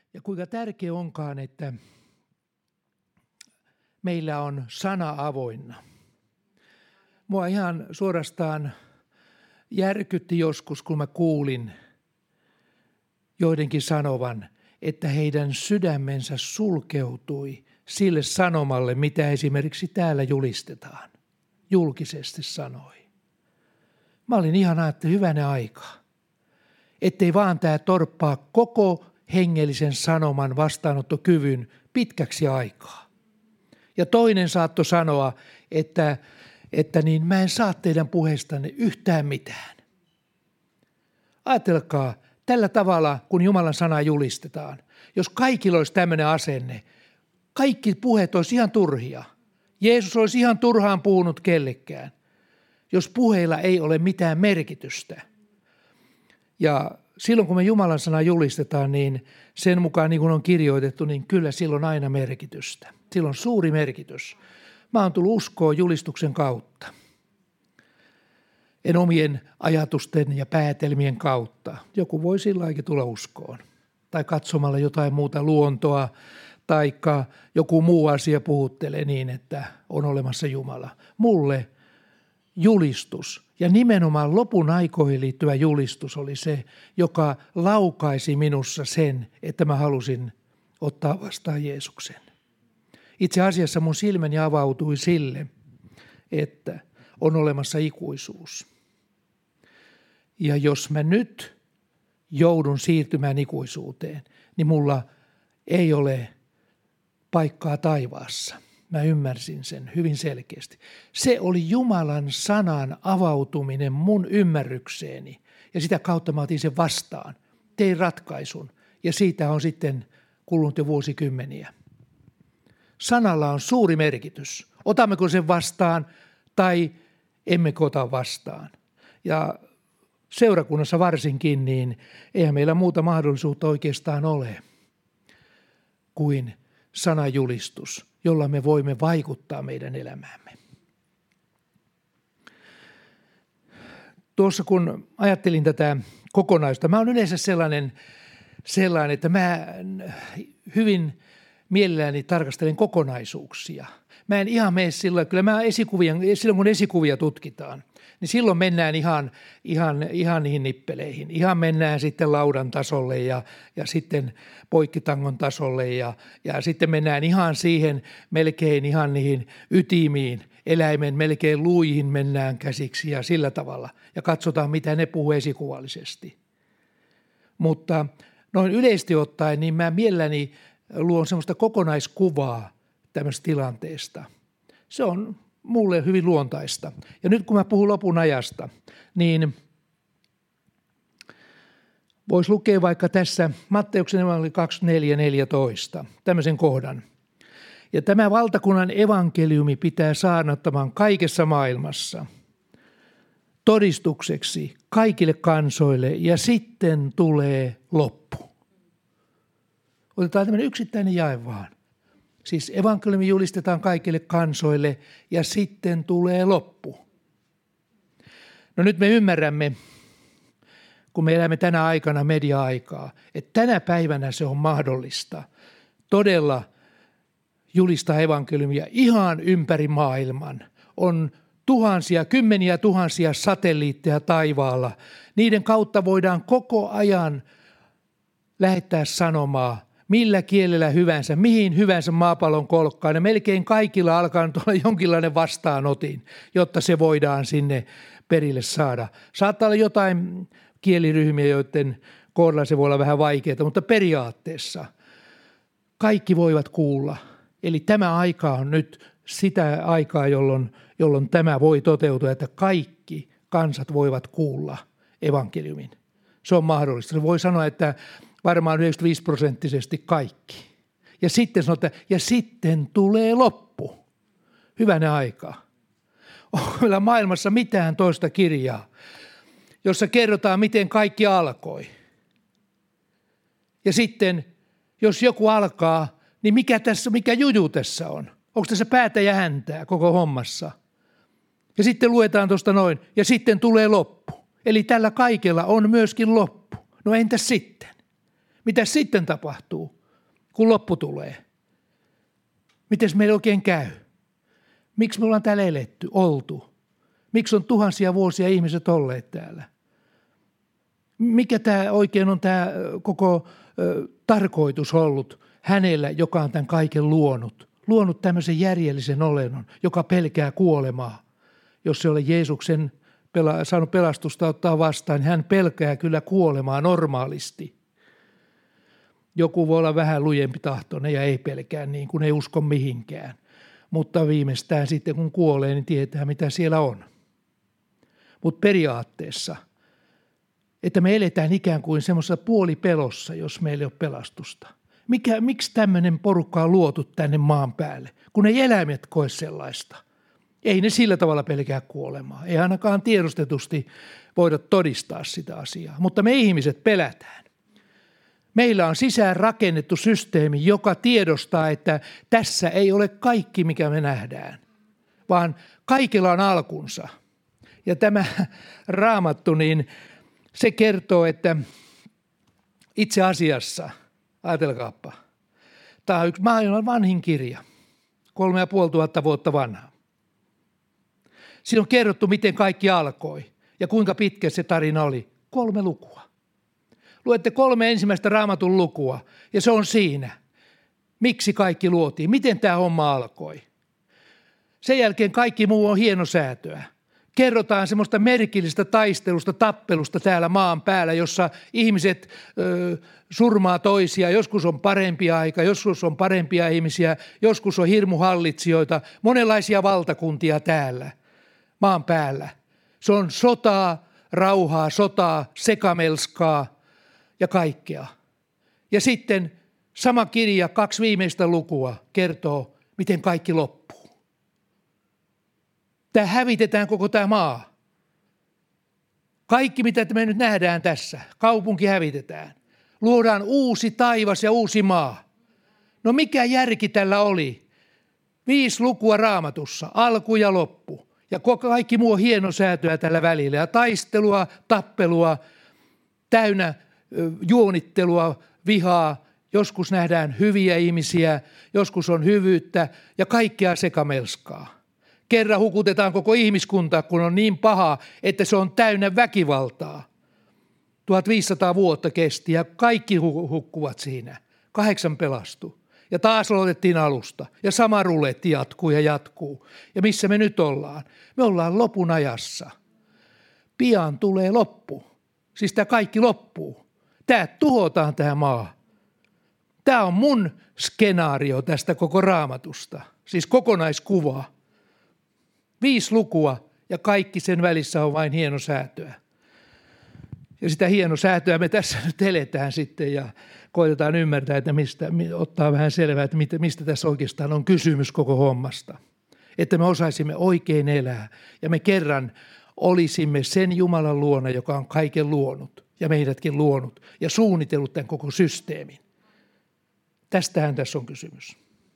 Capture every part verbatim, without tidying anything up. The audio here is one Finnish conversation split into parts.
Ja kuinka tärkeä onkaan, että meillä on sana avoinna. Mua ihan suorastaan järkytti joskus, kun mä kuulin joidenkin sanovan, että heidän sydämensä sulkeutui sille sanomalle, mitä esimerkiksi täällä julistetaan. Julkisesti sanoi. Mä olin ihan ajattelin hyvänä aikaa, ettei vaan tämä torppaa koko hengellisen sanoman vastaanottokyvyn pitkäksi aikaa. Ja toinen saattoi sanoa, että, että niin mä en saa teidän puheestanne yhtään mitään. Ajatelkaa, tällä tavalla, kun Jumalan sanaa julistetaan, jos kaikilla olisi tämmöinen asenne, kaikki puheet olisi ihan turhia. Jeesus olisi ihan turhaan puhunut kellekään, jos puheilla ei ole mitään merkitystä. Ja silloin, kun me Jumalan sanaa julistetaan, niin sen mukaan, niin kuin on kirjoitettu, niin kyllä silloin aina merkitystä. Sillä on suuri merkitys. Mä oon tullut uskoon julistuksen kautta. En omien ajatusten ja päätelmien kautta. Joku voi silläkin tulla uskoon. Tai katsomalla jotain muuta luontoa, taikka joku muu asia puhuttelee niin, että on olemassa Jumala. Mulle julistus ja nimenomaan lopun aikoihin liittyvä julistus oli se, joka laukaisi minussa sen, että mä halusin ottaa vastaan Jeesuksen. Itse asiassa mun silmäni avautui sille, että on olemassa ikuisuus. Ja jos mä nyt joudun siirtymään ikuisuuteen, niin mulla ei ole paikkaa taivaassa. Mä ymmärsin sen hyvin selkeästi. Se oli Jumalan sanan avautuminen mun ymmärrykseeni. Ja sitä kautta mä otin sen vastaan. Tein ratkaisun. Ja siitä on sitten kulunut jo vuosikymmeniä. Sanalla on suuri merkitys. Otammeko sen vastaan tai emmekö ota vastaan. Ja seurakunnassa varsinkin, niin eihän meillä muuta mahdollisuutta oikeastaan ole kuin sanajulistus, jolla me voimme vaikuttaa meidän elämäämme. Tuossa kun ajattelin tätä kokonaisuutta, mä olen yleensä sellainen, sellainen, että mä hyvin mielelläni tarkastelen kokonaisuuksia. Mä en ihan mene silloin, kyllä mä esikuvia, silloin kun esikuvia tutkitaan, niin silloin mennään ihan, ihan, ihan niihin nippeleihin. Ihan mennään sitten laudan tasolle ja, ja sitten poikkitangon tasolle ja, ja sitten mennään ihan siihen melkein ihan niihin ytimiin. Eläimen melkein luihin mennään käsiksi ja sillä tavalla. Ja katsotaan, mitä ne puhuu esikuvallisesti. Mutta noin yleisesti ottaen, niin mä mielelläni luon semmoista kokonaiskuvaa tämmöistä tilanteesta. Se on mulle hyvin luontaista. Ja nyt kun mä puhun lopun ajasta, niin voisi lukea vaikka tässä Matteuksen evankeliumi kaksikymmentäneljä neljätoista, tämmöisen kohdan. Ja tämä valtakunnan evankeliumi pitää saarnattamaan kaikessa maailmassa todistukseksi kaikille kansoille ja sitten tulee loppu. Otetaan tämmöinen yksittäinen jae vaan. Siis evankeliumi julistetaan kaikille kansoille ja sitten tulee loppu. No nyt me ymmärrämme, kun me elämme tänä aikana media-aikaa, että tänä päivänä se on mahdollista todella julistaa evankeliumia ihan ympäri maailman. On tuhansia, kymmeniä tuhansia satelliitteja taivaalla. Niiden kautta voidaan koko ajan lähettää sanomaa millä kielellä hyvänsä, mihin hyvänsä maapallon kolkkaan. Ja melkein kaikilla alkaa nyt olla jonkinlainen vastaanotin, jotta se voidaan sinne perille saada. Saattaa olla jotain kieliryhmiä, joiden kohdalla se voi olla vähän vaikeaa, mutta periaatteessa kaikki voivat kuulla. Eli tämä aika on nyt sitä aikaa, jolloin, jolloin tämä voi toteutua, että kaikki kansat voivat kuulla evankeliumin. Se on mahdollista. Se voi sanoa, että varmaan yhdeksänkymmentäviisi prosenttisesti kaikki. Ja sitten sanotaan, ja sitten tulee loppu. Hyvänä aikaa. Onko meillä maailmassa mitään toista kirjaa, jossa kerrotaan, miten kaikki alkoi? Ja sitten, jos joku alkaa, niin mikä tässä, mikä juju tässä on? Onko tässä päätä ja häntää koko hommassa? Ja sitten luetaan tuosta noin, ja sitten tulee loppu. Eli tällä kaikella on myöskin loppu. No entäs sitten? Mitä sitten tapahtuu? kun loppu tulee? Miten meillä oikein käy? Miksi me ollaan täällä eletty, oltu? Miksi on tuhansia vuosia ihmiset olleet täällä? Mikä tämä oikein on tämä koko ö, tarkoitus ollut hänellä, joka on tämän kaiken luonut? Luonut tämmöisen järjellisen olennon, joka pelkää kuolemaa. Jos se ole Jeesuksen pela, saanut pelastusta ottaa vastaan, niin hän pelkää kyllä kuolemaa normaalisti. Joku voi olla vähän lujempi tahtoinen ja ei pelkää niin, kun ei usko mihinkään. Mutta viimeistään sitten, kun kuolee, niin tietää, mitä siellä on. Mutta periaatteessa, että me eletään ikään kuin semmoisessa puolipelossa, jos meillä ei ole pelastusta. Mikä, miksi tämmöinen porukka on luotu tänne maan päälle, kun ei eläimet koe sellaista? Ei ne sillä tavalla pelkää kuolemaa. Ei ainakaan tiedostetusti voida todistaa sitä asiaa, mutta me ihmiset pelätään. Meillä on sisään rakennettu systeemi, joka tiedostaa, että tässä ei ole kaikki, mikä me nähdään, vaan kaikilla on alkunsa. Ja tämä Raamattu, niin se kertoo, että itse asiassa, ajatelkaappa, tämä on yksi maailman vanhin kirja, kolme ja puoli tuhatta vuotta vanha. Siinä on kerrottu, miten kaikki alkoi ja kuinka pitkä se tarina oli. Kolme lukua. Luette kolme ensimmäistä Raamatun lukua ja se on siinä. Miksi kaikki luotiin? Miten tämä homma alkoi? Sen jälkeen kaikki muu on hienosäätöä. Kerrotaan semmoista merkillistä taistelusta, tappelusta täällä maan päällä, jossa ihmiset ö, surmaa toisia. Joskus on parempi aika, joskus on parempia ihmisiä, joskus on hirmuhallitsijoita, monenlaisia valtakuntia täällä maan päällä. Se on sotaa, rauhaa, sotaa, sekamelskaa ja kaikkea. Ja sitten sama kirja, kaksi viimeistä lukua, kertoo, miten kaikki loppuu. Tämä hävitetään koko tämä maa. Kaikki, mitä me nyt nähdään tässä, kaupunki hävitetään. Luodaan uusi taivas ja uusi maa. No mikä järki tällä oli? Viisi lukua Raamatussa, alku ja loppu. Ja kaikki muu on hienosäätöä tällä välillä. Ja taistelua, tappelua, täynnä juonittelua, vihaa. Joskus nähdään hyviä ihmisiä, joskus on hyvyyttä ja kaikkea sekamelskaa. Kerran hukutetaan koko ihmiskunta, kun on niin paha, että se on täynnä väkivaltaa. tuhatviisisataa vuotta kesti ja kaikki hukkuvat siinä. Kahdeksan pelastui. Ja taas aloitettiin alusta. Ja sama ruletti jatkuu ja jatkuu. Ja missä me nyt ollaan? Me ollaan lopun ajassa. Pian tulee loppu. Siis tämä kaikki loppuu. Tämä tuhotaan tämä maa. Tämä on mun skenaario tästä koko Raamatusta. Siis kokonaiskuva. Viisi lukua ja kaikki sen välissä on vain hienosäätöä. Ja sitä hienosäätöä me tässä nyt eletään sitten ja koitetaan ymmärtää, että mistä, ottaa vähän selvää, että mistä tässä oikeastaan on kysymys koko hommasta. Että me osaisimme oikein elää ja me kerran olisimme sen Jumalan luona, joka on kaiken luonut ja meidätkin luonut ja suunnitellut tämän koko systeemin. Tästähän tässä on kysymys.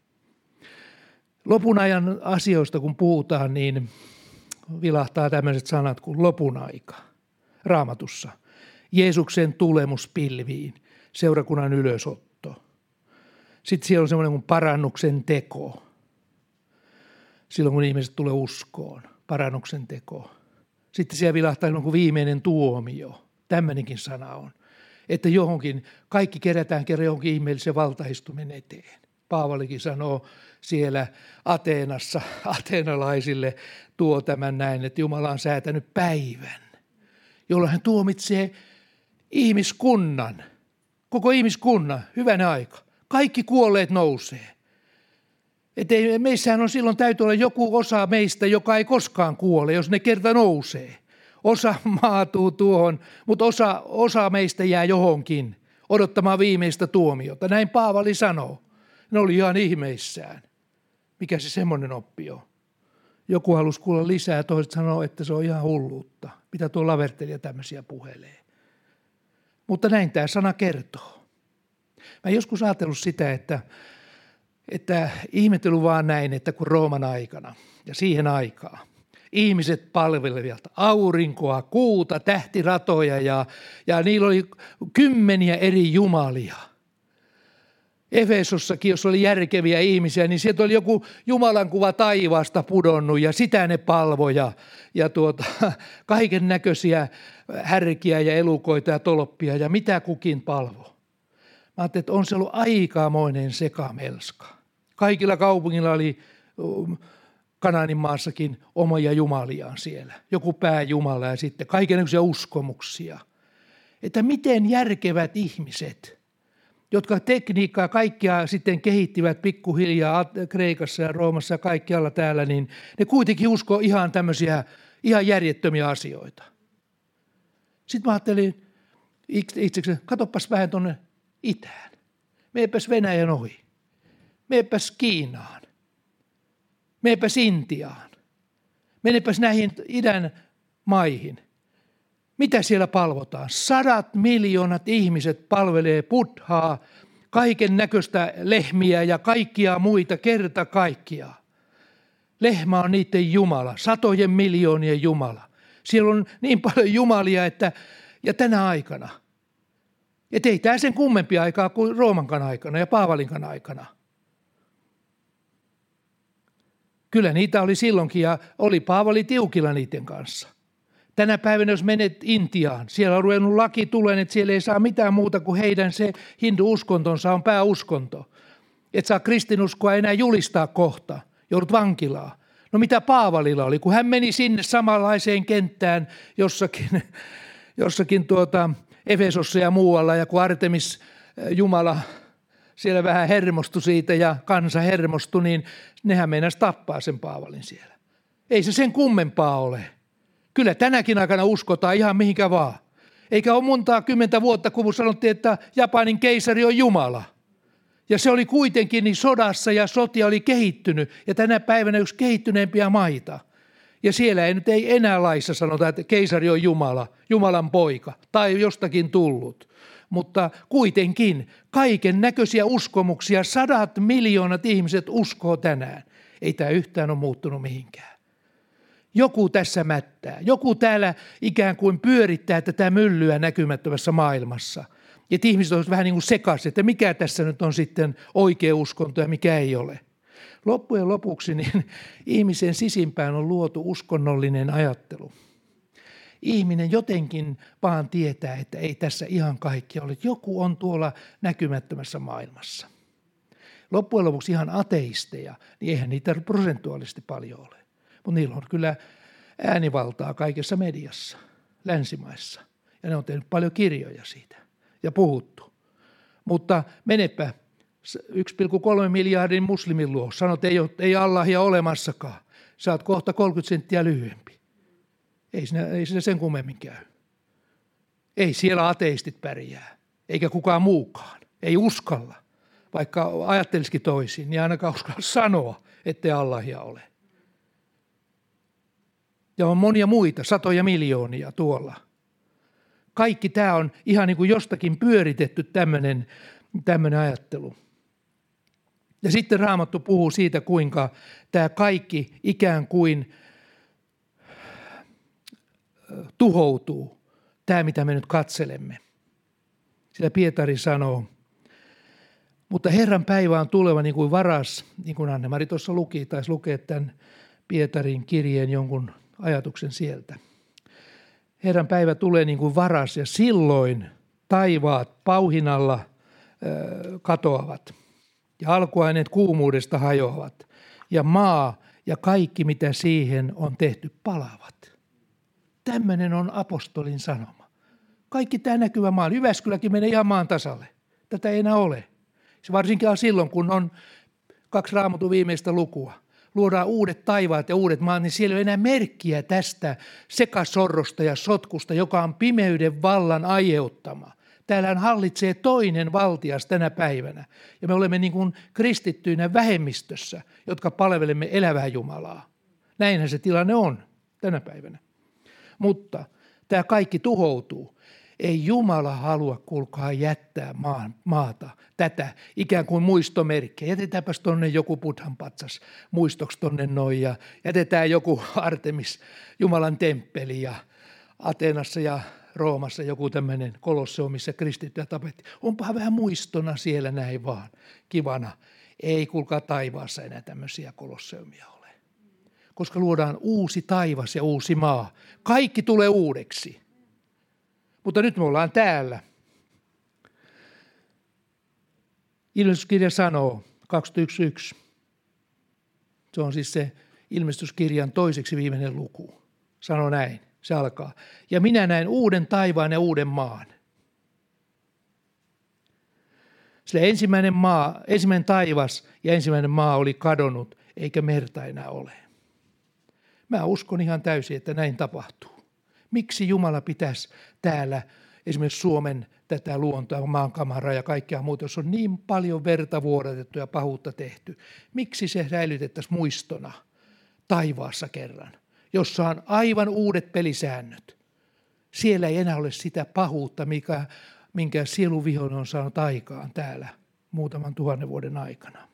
Lopun ajan asioista kun puhutaan, niin vilahtaa tämmöiset sanat kuin lopun aika Raamatussa. Jeesuksen tulemus pilviin, seurakunnan ylösotto. Sitten siellä on semmoinen kuin parannuksen teko. Silloin kun ihmiset tulee uskoon, parannuksen teko. Sitten siellä vilahtaa kuin viimeinen tuomio. Tämmöinenkin sana on. Että johonkin, kaikki kerätään kerran johonkin ihmeellisen valtaistumen eteen. Paavalikin sanoo siellä Ateenassa ateenalaisille tuo tämän näin, että Jumala on säätänyt päivän, jolloin hän tuomitsee ihmiskunnan, koko ihmiskunnan, hyvänä aika. Kaikki kuolleet nousee. Että meissähän on silloin täytyy olla joku osa meistä, joka ei koskaan kuole, jos ne kerta nousee. Osa maatuu tuohon, mutta osa, osa meistä jää johonkin odottamaan viimeistä tuomiota. Näin Paavali sanoo. Ne oli ihan ihmeissään. Mikä se semmoinen oppi on? Joku halusi kuulla lisää, toiset sanoo, että se on ihan hulluutta. Mitä tuo lavertelija tämmöisiä puhelee. Mutta näin tämä sana kertoo. Mä joskus ajatellut sitä, että, että ihmettely vaan näin, että kun Rooman aikana ja siihen aikaan ihmiset palvelevat aurinkoa, kuuta, tähtiratoja ja, ja niillä oli kymmeniä eri jumalia. Efesossakin, jos oli järkeviä ihmisiä, niin sieltä oli joku Jumalan kuva taivaasta pudonnut ja sitä ne palvoja ja tuota, kaiken näköisiä härkiä ja elukoita ja tolppia ja mitä kukin palvo. Mä ajattelin, että on se ollut aikamoinen sekamelska. Kaikilla kaupungilla oli Kanaanin maassakin omia jumaliaan siellä. Joku pääjumala ja sitten kaikenlaisia uskomuksia. Että miten järkevät ihmiset, jotka tekniikkaa kaikkia sitten kehittivät pikkuhiljaa Kreikassa ja Roomassa ja kaikkialla täällä, niin ne kuitenkin uskoo ihan tämmöisiä ihan järjettömiä asioita. Sitten mä ajattelin itsekseni, katsopas vähän tuonne itään. Meepäs Venäjän ohi. Meepäs Kiinaan. Meepäs Intiaan. Menepäs näihin idän maihin. Mitä siellä palvotaan? Sadat miljoonat ihmiset palvelee Buddhaa, kaiken näköistä lehmiä ja kaikkia muita kerta kaikkiaan. Lehmä on niiden Jumala, satojen miljoonien Jumala. Siellä on niin paljon jumalia, että ja tänä aikana. Et ei tämä sen kummempi aikaa kuin Roomankan aikana ja Paavalinkan aikana. Kyllä niitä oli silloinkin ja oli Paavali tiukilla niiden kanssa. Tänä päivänä, jos menet Intiaan, siellä on ruvennut laki tuleen, että siellä ei saa mitään muuta kuin heidän se hindu-uskontonsa on pääuskonto. Et saa kristinuskoa enää julistaa kohta, joudut vankilaan. No mitä Paavalilla oli, kun hän meni sinne samanlaiseen kenttään jossakin, jossakin tuota Efesossa ja muualla, ja kun Artemis Jumala siellä vähän hermostui siitä ja kansa hermostui, niin nehän meinasi tappaa sen Paavalin siellä. Ei se sen kummempaa ole. Kyllä tänäkin aikana uskotaan ihan mihinkä vaan. Eikä ole montaa kymmentä vuotta, kun sanottiin, että Japanin keisari on Jumala. Ja se oli kuitenkin niin sodassa ja sotia oli kehittynyt ja tänä päivänä yksi kehittyneempiä maita. Ja siellä ei nyt ei enää laissa sanota, että keisari on Jumala, Jumalan poika tai jostakin tullut. Mutta kuitenkin kaiken näköisiä uskomuksia, sadat miljoonat ihmiset uskoo tänään. Ei tämä yhtään ole muuttunut mihinkään. Joku tässä mättää, joku täällä ikään kuin pyörittää tätä myllyä näkymättömässä maailmassa. Että ihmiset olisivat vähän niin kuin sekaisin, että mikä tässä nyt on sitten oikea uskonto ja mikä ei ole. Loppujen lopuksi niin ihmisen sisimpään on luotu uskonnollinen ajattelu. Ihminen jotenkin vaan tietää, että ei tässä ihan kaikki ole. Joku on tuolla näkymättömässä maailmassa. Loppujen lopuksi ihan ateisteja, niin eihän niitä prosentuaalisesti paljon ole. Mutta niillä on kyllä äänivaltaa kaikessa mediassa, länsimaissa. Ja ne on tehnyt paljon kirjoja siitä ja puhuttu. Mutta menepä yksi pilkku kolme miljardin muslimin luo. Sanot, ei, ole, ei Allahia olemassakaan. Sä oot kohta kolmekymmentä senttiä lyhyempi. Ei siinä, ei siinä sen kummemmin käy. Ei siellä ateistit pärjää, eikä kukaan muukaan. Ei uskalla. Vaikka ajattelisikin toisin, niin ainakaan uskalla sanoa, ettei Allahia ole. Ja on monia muita, satoja miljoonia tuolla. Kaikki tämä on ihan niin kuin jostakin pyöritetty tämmöinen, tämmöinen ajattelu. Ja sitten Raamattu puhuu siitä, kuinka tämä kaikki ikään kuin tuhoutuu. Tämä, mitä me nyt katselemme. Sillä Pietari sanoo, mutta Herran päivä on tuleva niin kuin varas, niin kuin Anne-Mari tuossa luki, taisi lukea tämän Pietarin kirjeen jonkun ajatuksen sieltä. Herran päivä tulee niin kuin varas ja silloin taivaat pauhinalla ö, katoavat ja alkuaineet kuumuudesta hajoavat ja maa ja kaikki mitä siihen on tehty palavat. Tämmöinen on apostolin sanoma. Kaikki tämä näkyvä maa. Jyväskyläkin menee ihan maan tasalle. Tätä ei enää ole. Se varsinkin silloin, kun on kaksi Raamatun viimeistä lukua. Luodaan uudet taivaat ja uudet maat, niin siellä ei ole enää merkkiä tästä sekasorrosta ja sotkusta, joka on pimeyden vallan aiheuttama. Täällä hallitsee toinen valtias tänä päivänä. Ja me olemme niin kuin kristittyinä vähemmistössä, jotka palvelemme elävää Jumalaa. Näinhän se tilanne on tänä päivänä. Mutta tämä kaikki tuhoutuu. Ei Jumala halua, kuulkaa, jättää maan, maata tätä ikään kuin muistomerkkiä. Jätetäänpäs tuonne joku Buddhan patsas muistoksi tuonne noin ja jätetään joku Artemis, Jumalan temppeli ja Ateenassa ja Roomassa joku tämmöinen kolosseum, missä kristittyjä tapettiin. Onpahan vähän muistona siellä näin vaan, kivana. Ei kuulkaa taivaassa enää tämmöisiä kolosseumia ole. Koska luodaan uusi taivas ja uusi maa. Kaikki tulee uudeksi. Mutta nyt me ollaan täällä. Ilmestyskirja sanoo kaksikymmentäyksi yksi. Se on siis se ilmestyskirjan toiseksi viimeinen luku. Sano näin, se alkaa. Ja minä näin uuden taivaan ja uuden maan. Sillä ensimmäinen maa, ensimmäinen taivas ja ensimmäinen maa oli kadonnut, eikä merta enää ole. Mä uskon ihan täysin, että näin tapahtuu. Miksi Jumala pitäisi täällä esimerkiksi Suomen tätä luontoa, maankamaraa ja kaikkea muuta, jos on niin paljon verta vuodatettu ja pahuutta tehty? Miksi se säilytettäisiin muistona taivaassa kerran, jossa on aivan uudet pelisäännöt? Siellä ei enää ole sitä pahuutta, mikä, minkä sieluvihollinen on saanut aikaan täällä muutaman tuhannen vuoden aikana.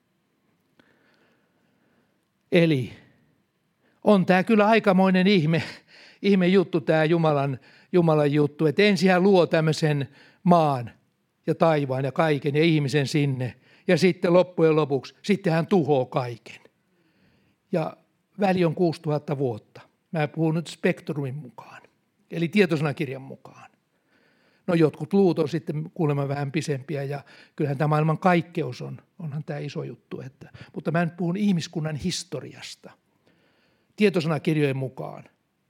Eli on tämä kyllä aikamoinen ihme, ihme juttu, tämä Jumalan, Jumalan juttu, että ensin hän luo tämmöisen maan ja taivaan ja kaiken ja ihmisen sinne. Ja sitten loppujen lopuksi, sitten hän tuhoaa kaiken. Ja väli on kuusituhatta vuotta. Mä puhun nyt spektrumin mukaan, eli tietosanakirjan mukaan. No jotkut luut on sitten kuulemma vähän pisempiä ja kyllähän tämä maailman kaikkeus on, onhan tämä iso juttu. Että, mutta mä nyt puhun ihmiskunnan historiasta. Tietosanakirjojen mukaan,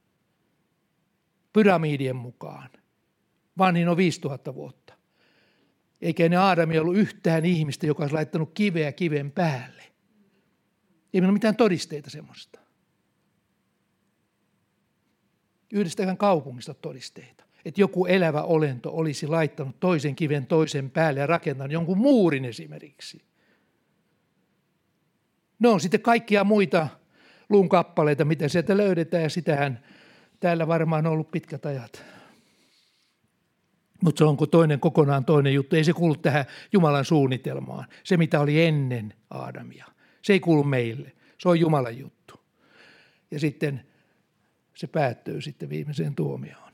pyramidien mukaan, vanhin on viisituhatta vuotta. Eikä ennen Aadamia ollut yhtään ihmistä, joka olisi laittanut kiveä kiven päälle. Ei meillä ole mitään todisteita semmoista. Yhdestäkään kaupungista todisteita, että joku elävä olento olisi laittanut toisen kiven toisen päälle ja rakentanut jonkun muurin esimerkiksi. Ne on sitten kaikkia muita luun kappaleita, mitä sieltä löydetään, ja sitähän täällä varmaan on ollut pitkät ajat. Mutta se onko toinen kokonaan toinen juttu. Ei se kuulu tähän Jumalan suunnitelmaan. Se, mitä oli ennen Aadamia. Se ei kuulu meille. Se on Jumalan juttu. Ja sitten se päättyy sitten viimeiseen tuomioon.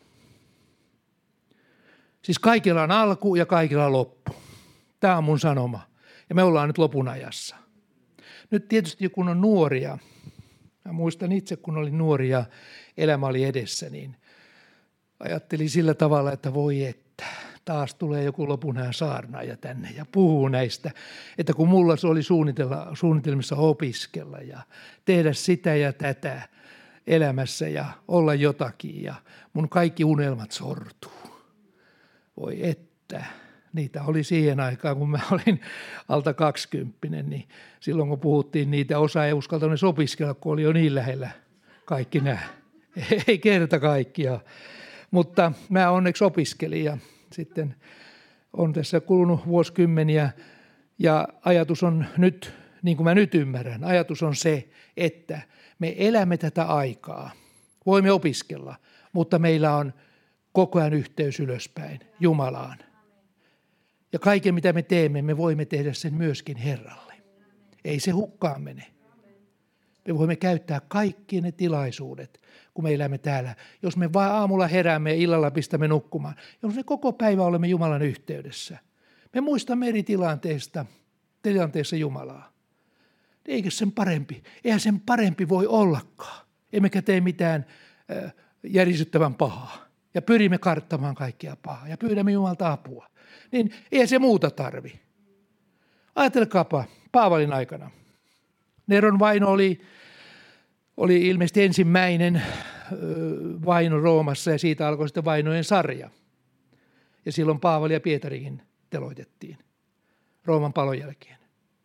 Siis kaikilla on alku ja kaikilla on loppu. Tämä on mun sanoma. Ja me ollaan nyt lopun ajassa. Nyt tietysti kun on nuoria, mä muistan itse kun olin nuori ja elämä oli edessä, niin ajattelin sillä tavalla, että voi että taas tulee joku lopunajan saarnaaja tänne ja puhuu näistä. Että kun mulla se oli suunnitella, suunnitelmissa opiskella ja tehdä sitä ja tätä elämässä ja olla jotakin ja mun kaikki unelmat sortuu. Voi että. Niitä oli siihen aikaan, kun mä olin alta kaksikymppinen, niin silloin kun puhuttiin niitä, osa ei uskaltanut opiskella, kun oli jo niin lähellä kaikki nämä. Ei kerta kaikkiaan. Mutta mä onneksi opiskelin ja sitten on tässä kulunut vuosikymmeniä ja ajatus on nyt, niin kuin mä nyt ymmärrän, ajatus on se, että me elämme tätä aikaa. Voimme opiskella, mutta meillä on koko ajan yhteys ylöspäin Jumalaan. Ja kaiken, mitä me teemme, me voimme tehdä sen myöskin Herralle. Ei se hukkaan mene. Me voimme käyttää kaikki ne tilaisuudet, kun me elämme täällä. Jos me vain aamulla heräämme ja illalla pistämme nukkumaan. Jos me koko päivä olemme Jumalan yhteydessä. Me muistamme eri tilanteista, tilanteessa Jumalaa. Eikö sen parempi? Eihän sen parempi voi ollakaan. Emmekä tee mitään äh, järisyttävän pahaa. Ja pyrimme karttamaan kaikkia pahaa. Ja pyydämme Jumalta apua. Niin eihän se muuta tarvi. Ajatelkaapa Paavalin aikana. Neron vaino oli, oli ilmeisesti ensimmäinen vaino Roomassa ja siitä alkoi sitten vainojen sarja. Ja silloin Paavali ja Pietarikin teloitettiin Rooman palon jälkeen.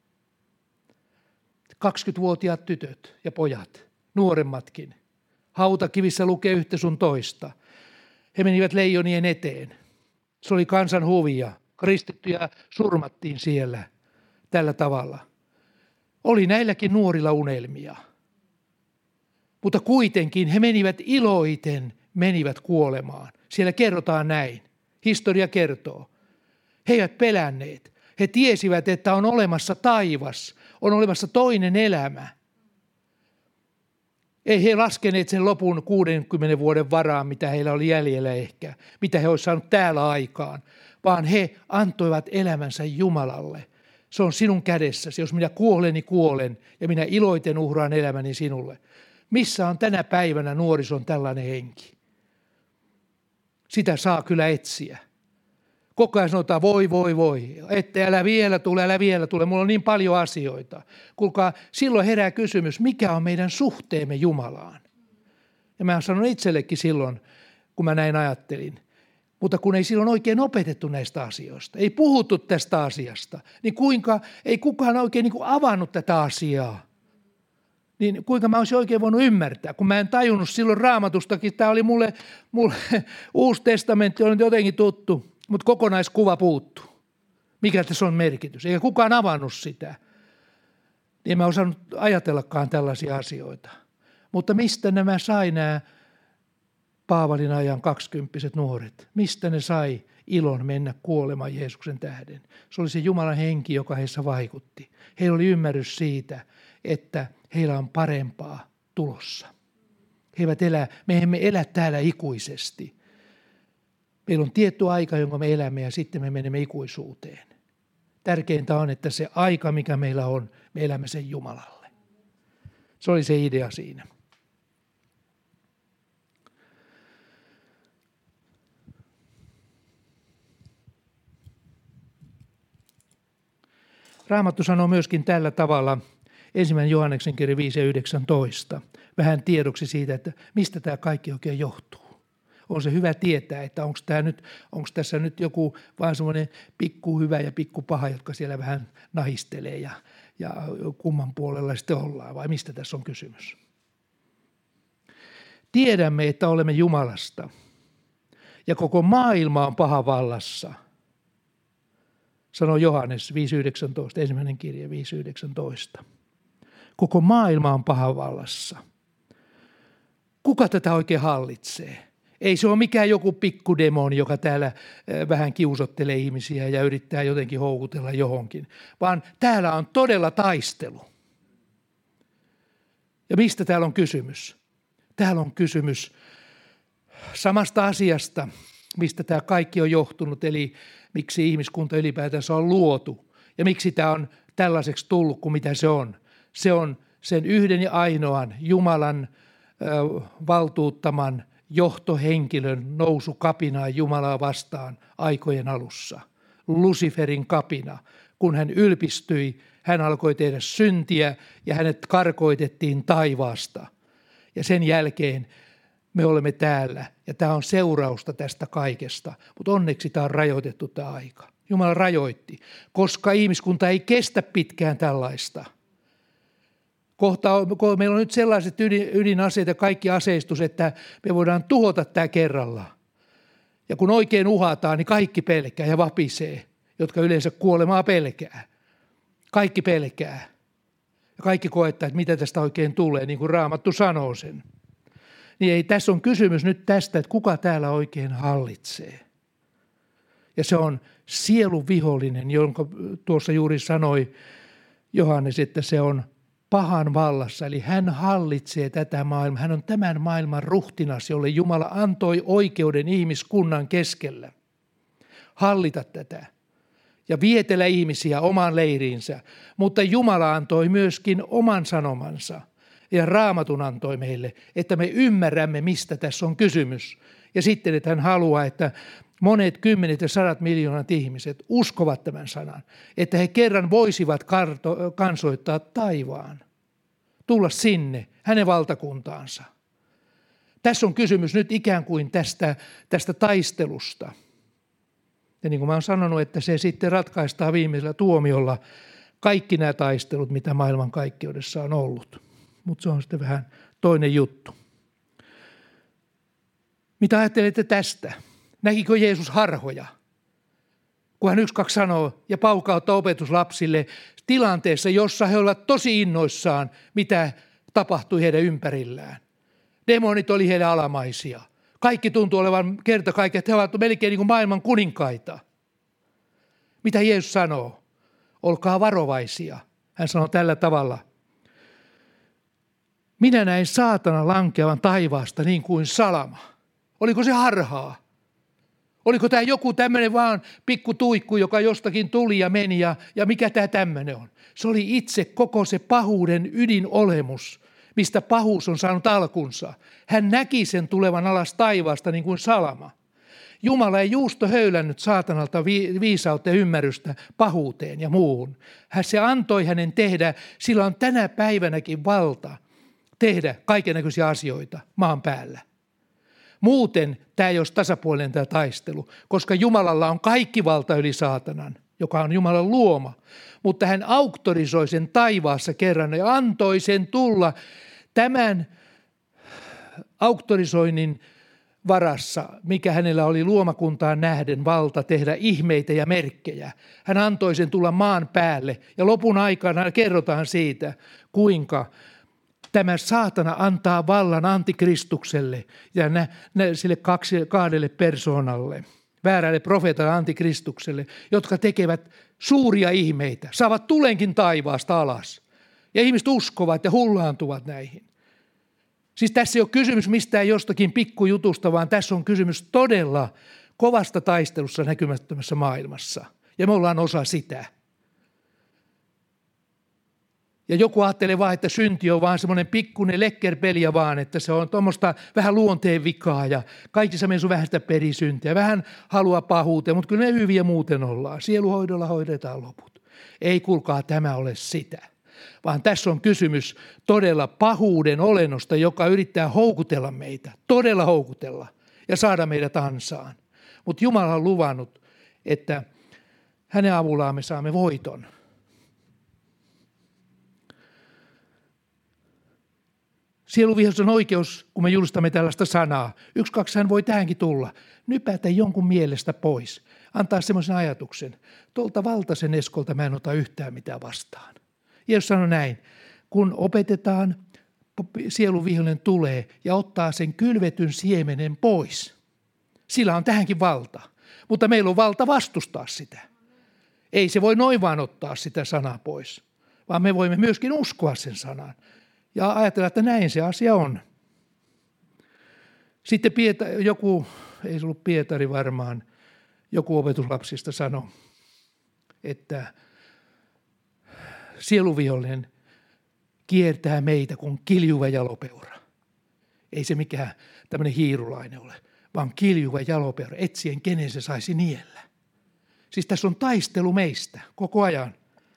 kaksikymmentävuotiaat tytöt ja pojat, nuoremmatkin. Hautakivissä lukee yhtä sun toista. He menivät leijonien eteen. Se oli kansan huvia. Kristittyjä surmattiin siellä tällä tavalla. Oli näilläkin nuorilla unelmia. Mutta kuitenkin he menivät iloiten, menivät kuolemaan. Siellä kerrotaan näin. Historia kertoo. He eivät pelänneet. He tiesivät, että on olemassa taivas, on olemassa toinen elämä. Ei he laskeneet sen lopun kuudenkymmenen vuoden varaan, mitä heillä oli jäljellä ehkä, mitä he olisivat saaneet täällä aikaan, vaan he antoivat elämänsä Jumalalle. Se on sinun kädessäsi. Jos minä kuolen, niin kuolen ja minä iloiten uhraan elämäni sinulle. Missä on tänä päivänä nuorison tällainen henki? Sitä saa kyllä etsiä. Koko ajan sanotaan voi, voi, voi, että älä vielä tule, älä vielä tule. Mulla on niin paljon asioita. Kuulkaa, silloin herää kysymys, mikä on meidän suhteemme Jumalaan? Ja mä sanon itsellekin silloin, kun mä näin ajattelin. Mutta kun ei silloin oikein opetettu näistä asioista, ei puhuttu tästä asiasta, niin kuinka ei kukaan oikein niin kuin avannut tätä asiaa. Niin kuinka mä olisin oikein voinut ymmärtää, kun mä en tajunnut silloin Raamatustakin. Tämä oli mulle, mulle Uusi testamentti on jotenkin tuttu, mutta kokonaiskuva puuttuu. Mikä tässä on merkitys? Eikä kukaan avannut sitä. Niin en mä osannut ajatellakaan tällaisia asioita. Mutta mistä nämä sai nämä Paavalin ajan kaksikymppiset nuoret? Mistä ne sai ilon mennä kuolemaan Jeesuksen tähden? Se oli se Jumalan henki, joka heissä vaikutti. Heillä oli ymmärrys siitä, että heillä on parempaa tulossa. He eivät elä, me emme elä täällä ikuisesti. Meillä on tietty aika, jonka me elämme ja sitten me menemme ikuisuuteen. Tärkeintä on, että se aika, mikä meillä on, me elämme sen Jumalalle. Se oli se idea siinä. Raamattu sanoo myöskin tällä tavalla, ensimmäinen Johanneksen kirja viisi ja yhdeksäntoista, vähän tiedoksi siitä, että mistä tämä kaikki oikein johtuu. On se hyvä tietää, että onko tämä nyt, onko tässä nyt joku vaan semmoinen pikku hyvä ja pikku paha, jotka siellä vähän nahistelee ja, ja kumman puolella sitten ollaan, vai mistä tässä on kysymys. Tiedämme, että olemme Jumalasta ja koko maailma on paha vallassa. Sanoo Johannes viisi yhdeksäntoista, ensimmäinen kirja viisi yhdeksäntoista. Koko maailma on pahan vallassa. Kuka tätä oikein hallitsee? Ei se ole mikään joku pikkudemoni, joka täällä vähän kiusottelee ihmisiä ja yrittää jotenkin houkutella johonkin, vaan täällä on todella taistelu. Ja mistä täällä on kysymys? Täällä on kysymys samasta asiasta, mistä tämä kaikki on johtunut, eli miksi ihmiskunta ylipäätänsä on luotu ja miksi tämä on tällaiseksi tullut kuin mitä se on. Se on sen yhden ja ainoan Jumalan äh, valtuuttaman johtohenkilön nousu kapinaan Jumalaa vastaan aikojen alussa. Luciferin kapina. Kun hän ylpistyi, hän alkoi tehdä syntiä ja hänet karkoitettiin taivaasta. Ja sen jälkeen me olemme täällä ja tämä on seurausta tästä kaikesta, mutta onneksi tämä on rajoitettu tämä aika. Jumala rajoitti, koska ihmiskunta ei kestä pitkään tällaista. Kohta on, meillä on nyt sellaiset ydin, ydinaseet ja kaikki aseistus, että me voidaan tuhota tämä kerralla. Ja kun oikein uhataan, niin kaikki pelkää ja vapisee, jotka yleensä kuolemaa pelkää. Kaikki pelkää. Ja kaikki koettaa, että mitä tästä oikein tulee, niin kuin Raamattu sanoo sen. Niin ei, tässä on kysymys nyt tästä, että kuka täällä oikein hallitsee. Ja se on sielun vihollinen, jonka tuossa juuri sanoi Johannes, että se on pahan vallassa. Eli hän hallitsee tätä maailmaa. Hän on tämän maailman ruhtinas, jolle Jumala antoi oikeuden ihmiskunnan keskellä. Hallita tätä ja vietellä ihmisiä omaan leiriinsä. Mutta Jumala antoi myöskin oman sanomansa. Ja Raamatun antoi meille, että me ymmärrämme, mistä tässä on kysymys. Ja sitten, että hän haluaa, että monet kymmenet ja sadat miljoonat ihmiset uskovat tämän sanan. Että he kerran voisivat karto- kansoittaa taivaan. Tulla sinne, hänen valtakuntaansa. Tässä on kysymys nyt ikään kuin tästä, tästä taistelusta. Ja niin kuin mä oon sanonut, että se sitten ratkaistaan viimeisellä tuomiolla kaikki nämä taistelut, mitä maailmankaikkeudessa on ollut. Mutta se on sitten vähän toinen juttu. Mitä ajattelette tästä? Näkikö Jeesus harhoja? Kun hän yksi kaksi sanoo ja paukauttaa opetuslapsille tilanteessa, jossa he olivat tosi innoissaan, mitä tapahtui heidän ympärillään. Demonit oli heille alamaisia. Kaikki tuntuu olevan kerta kaikkiaan, että he ovat melkein niin kuin maailman kuninkaita. Mitä Jeesus sanoo? Olkaa varovaisia. Hän sanoo tällä tavalla. Minä näin saatana lankeavan taivaasta niin kuin salama. Oliko se harhaa? Oliko tämä joku tämmöinen vaan pikku tuikku, joka jostakin tuli ja meni ja, ja mikä tämä tämmöinen on? Se oli itse koko se pahuuden ydinolemus, mistä pahuus on saanut alkunsa. Hän näki sen tulevan alas taivaasta niin kuin salama. Jumala ei juusto höylännyt saatanalta viisautta ja ymmärrystä pahuuteen ja muuhun. Hän se antoi hänen tehdä, sillä on tänä päivänäkin valta tehdä kaikennäköisiä asioita maan päällä. Muuten tämä ei olisi tasapuolinen tämä taistelu, koska Jumalalla on kaikki valta yli saatanan, joka on Jumalan luoma. Mutta hän auktorisoi sen taivaassa kerran ja antoi sen tulla tämän auktorisoinnin varassa, mikä hänellä oli luomakuntaan nähden valta tehdä ihmeitä ja merkkejä. Hän antoi sen tulla maan päälle ja lopun aikana kerrotaan siitä, kuinka tämä saatana antaa vallan antikristukselle ja nä, nä, sille kaksi, kahdelle persoonalle, väärälle profeetalle antikristukselle, jotka tekevät suuria ihmeitä, saavat tulenkin taivaasta alas. Ja ihmiset uskovat ja hullaantuvat näihin. Siis tässä ei ole kysymys mistään jostakin pikkujutusta, vaan tässä on kysymys todella kovasta taistelussa näkymättömässä maailmassa. Ja me ollaan osa sitä. Ja joku ajattelee vaan, että synti on vaan semmoinen pikkuinen lekkerpeliä vaan, että se on tuommoista vähän luonteen vikaa ja kaikissa meissä on vähän sitä perisyntiä, vähän halua pahuuteen, mutta kyllä ne hyviä muuten ollaan. Sieluhoidolla hoidetaan loput. Ei kuulkaa tämä ole sitä, vaan tässä on kysymys todella pahuuden olennosta, joka yrittää houkutella meitä, todella houkutella ja saada meidät ansaan. Mutta Jumala on luvannut, että hänen avullaan me saamme voiton. Sieluvihollisen oikeus, kun me julistamme tällaista sanaa. Yksi, kaksi hän voi tähänkin tulla. Nypätä jonkun mielestä pois. Antaa semmoisen ajatuksen. Tuolta valtaisen eskolta mä en ota yhtään mitään vastaan. Jeesus sanoi näin. Kun opetetaan, sieluvihollinen tulee ja ottaa sen kylvetyn siemenen pois. Sillä on tähänkin valta. Mutta meillä on valta vastustaa sitä. Ei se voi noin vaan ottaa sitä sanaa pois, vaan me voimme myöskin uskoa sen sanan. Ja ajatella, että näin se asia on. Sitten Pieta, joku, ei se ollut Pietari varmaan, joku opetuslapsista sanoi, että sieluvihollinen kiertää meitä kuin kiljuva jalopeura. Ei se mikään tämmöinen hiirulainen ole, vaan kiljuva jalopeura, etsien kenen se saisi niellä. Siis tässä on taistelu meistä koko ajan.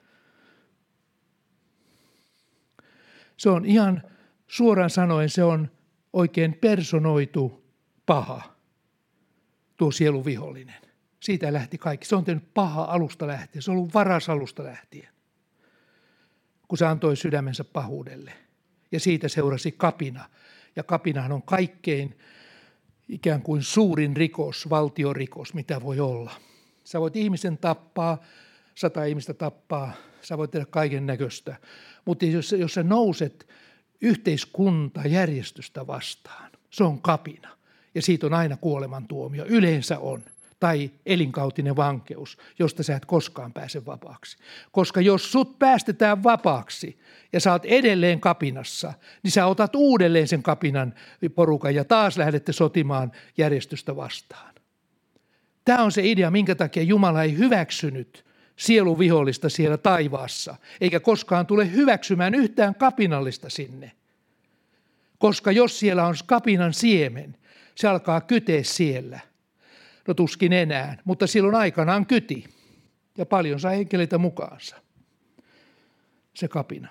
Se on ihan suoraan sanoen, se on oikein personoitu paha, tuo sieluvihollinen. Siitä lähti kaikki. Se on tehnyt paha alusta lähtien. Se on ollut varas alusta lähtien, kun se antoi sydämensä pahuudelle. Ja siitä seurasi kapina. Ja kapinahan on kaikkein ikään kuin suurin rikos, valtiorikos, mitä voi olla. Sä voit ihmisen tappaa, sata ihmistä tappaa, sä voit tehdä kaiken näköistä. Mutta jos, jos sä nouset yhteiskuntajärjestystä vastaan, se on kapina. Ja siitä on aina kuolemantuomio. Yleensä on. Tai elinkautinen vankeus, josta sä et koskaan pääse vapaaksi. Koska jos sut päästetään vapaaksi ja sä oot edelleen kapinassa, niin sä otat uudelleen sen kapinan porukan ja taas lähdette sotimaan järjestystä vastaan. Tämä on se idea, minkä takia Jumala ei hyväksynyt sieluvihollista siellä taivaassa, eikä koskaan tule hyväksymään yhtään kapinallista sinne. Koska jos siellä on kapinan siemen, se alkaa kyteä siellä. No tuskin enää, mutta silloin aikanaan kyti ja paljon sai enkeleitä mukaansa. Se kapina.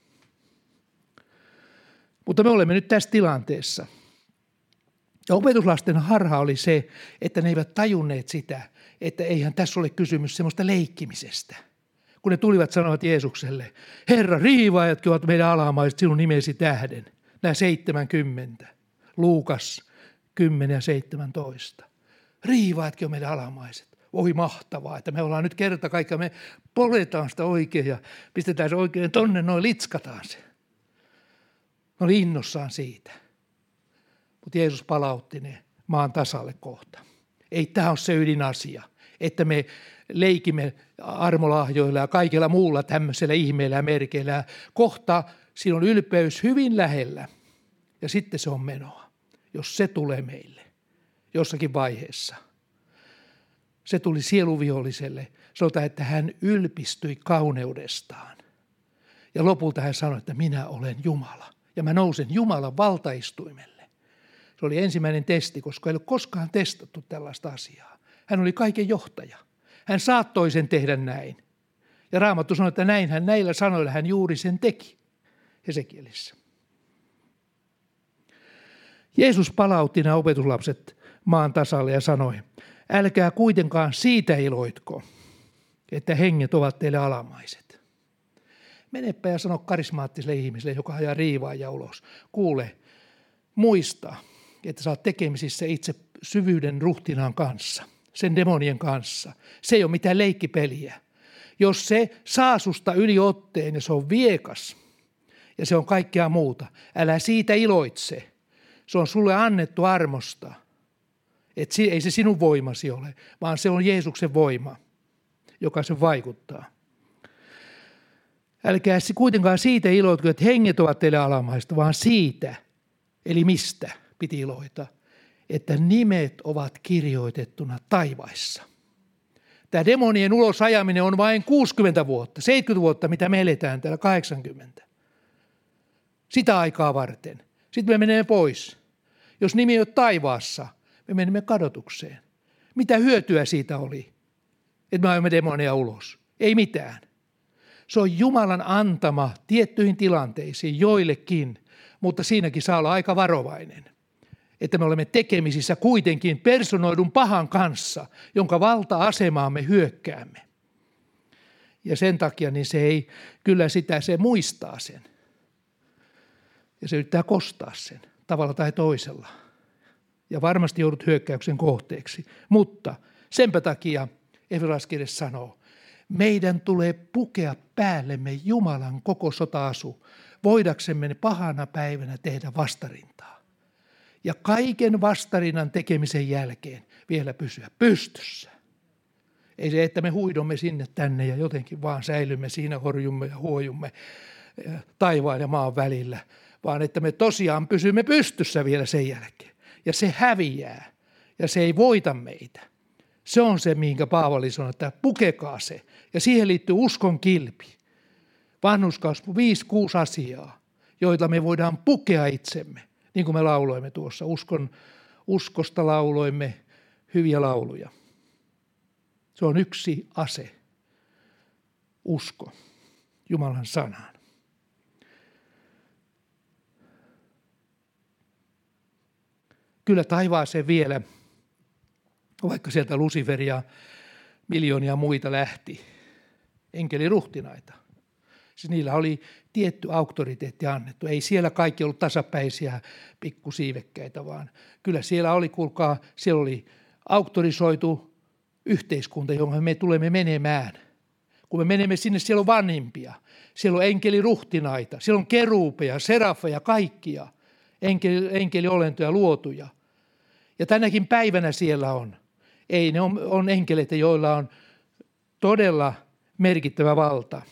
Mutta me olemme nyt tässä tilanteessa. Ja opetuslasten harha oli se, että ne eivät tajunneet sitä, että eihän tässä ole kysymys semmoista leikkimisestä. Kun ne tulivat sanoivat Jeesukselle, Herra, riivaajatkin ovat meidän alamaiset sinun nimesi tähden. Nämä seitsemänkymmentä. Luukas kymmenen ja seitsemäntoista. Riivaajatkin on meidän alamaiset. Oi mahtavaa, että me ollaan nyt kerta kaikkiaan, me poletaan sitä oikein ja pistetään se oikein tonne, noin litskataan se. Ne oli innossaan siitä. Mutta Jeesus palautti ne maan tasalle kohta. Ei tämä ole se ydinasia, että me leikimme armolahjoilla ja kaikilla muulla tämmöisellä ihmeellä ja merkeillä. Kohta Siinä on ylpeys hyvin lähellä ja sitten se on menoa, jos se tulee meille jossakin vaiheessa. Se tuli sieluviholliselle. Sanotaan, että hän ylpistyi kauneudestaan. Ja lopulta hän sanoi, että minä olen Jumala. Ja mä nousen Jumalan valtaistuimelle. Se oli ensimmäinen testi, koska ei ole koskaan testattu tällaista asiaa. Hän oli kaiken johtaja. Hän saattoi sen tehdä näin. Ja Raamattu sanoi, että näin hän, näillä sanoilla hän juuri sen teki. Hesekielissä. Jeesus palautti nämä opetuslapset maan tasalle ja sanoi, älkää kuitenkaan siitä iloitko, että henget ovat teille alamaiset. Menepä ja sano karismaattiselle ihmiselle, joka ajaa riivaaja ulos. Kuule, muista, että sä oot tekemisissä itse syvyyden ruhtinaan kanssa, sen demonien kanssa. Se ei ole mitään leikkipeliä. Jos se saa susta yliotteen ja se on viekas ja se on kaikkea muuta, älä siitä iloitse. Se on sulle annettu armosta. Et ei se sinun voimasi ole, vaan se on Jeesuksen voima, joka sen vaikuttaa. Älkää kuitenkaan siitä iloitko, että henget ovat teille alamaista, vaan siitä, eli mistä piti iloita, että nimet ovat kirjoitettuna taivaissa. Tämä demonien ulos ajaminen on vain kuusikymmentä vuotta, seitsemänkymmentä vuotta, mitä me eletään täällä, kahdeksankymmentä. Sitä aikaa varten. Sitten me menemme pois. Jos nimi ei ole taivaassa, me menemme kadotukseen. Mitä hyötyä siitä oli, että me ajamme demonia ulos? Ei mitään. Se on Jumalan antama tiettyihin tilanteisiin, joillekin, mutta siinäkin saa olla aika varovainen. Että me olemme tekemisissä kuitenkin personoidun pahan kanssa, jonka valta-asemaa me hyökkäämme. Ja sen takia niin se ei, kyllä sitä se muistaa sen. Ja se yrittää kostaa sen tavalla tai toisella. Ja varmasti joudut hyökkäyksen kohteeksi. Mutta senpä takia Efesolaiskirje sanoo, meidän tulee pukea päällemme Jumalan koko sota-asu, voidaksemme pahana päivänä tehdä vastarintaa. Ja kaiken vastarinnan tekemisen jälkeen vielä pysyä pystyssä. Ei se, että me huidomme sinne tänne ja jotenkin vaan säilymme siinä, horjumme ja huojumme taivaan ja maan välillä, vaan että me tosiaan pysymme pystyssä vielä sen jälkeen. Ja se häviää ja se ei voita meitä. Se on se, minkä Paavali sanoi, että pukekaa se. Ja siihen liittyy uskon kilpi. Vanhurskaus viisi, kuusi asiaa, joita me voidaan pukea itsemme. Niin kuin me lauloimme tuossa. Uskon, uskosta lauloimme hyviä lauluja. Se on yksi ase. Usko Jumalan sanaan. Kyllä taivaaseen vielä, vaikka sieltä Lucifer ja miljoonia muita lähti, enkeliruhtinaita. Siis niillä oli tietty auktoriteetti annettu. Ei siellä kaikki ollut tasapäisiä pikkusiivekkäitä, vaan kyllä siellä oli, kuulkaa, siellä oli auktorisoitu yhteiskunta, johon me tulemme menemään. Kun me menemme sinne, siellä on vanhimpia, siellä on enkeliruhtinaita, siellä on keruupeja, serafeja, kaikkia enkeli, enkeliolentoja luotuja. Ja tänäkin päivänä siellä on. Ei, ne on, on enkeleitä, joilla on todella merkittävä valta.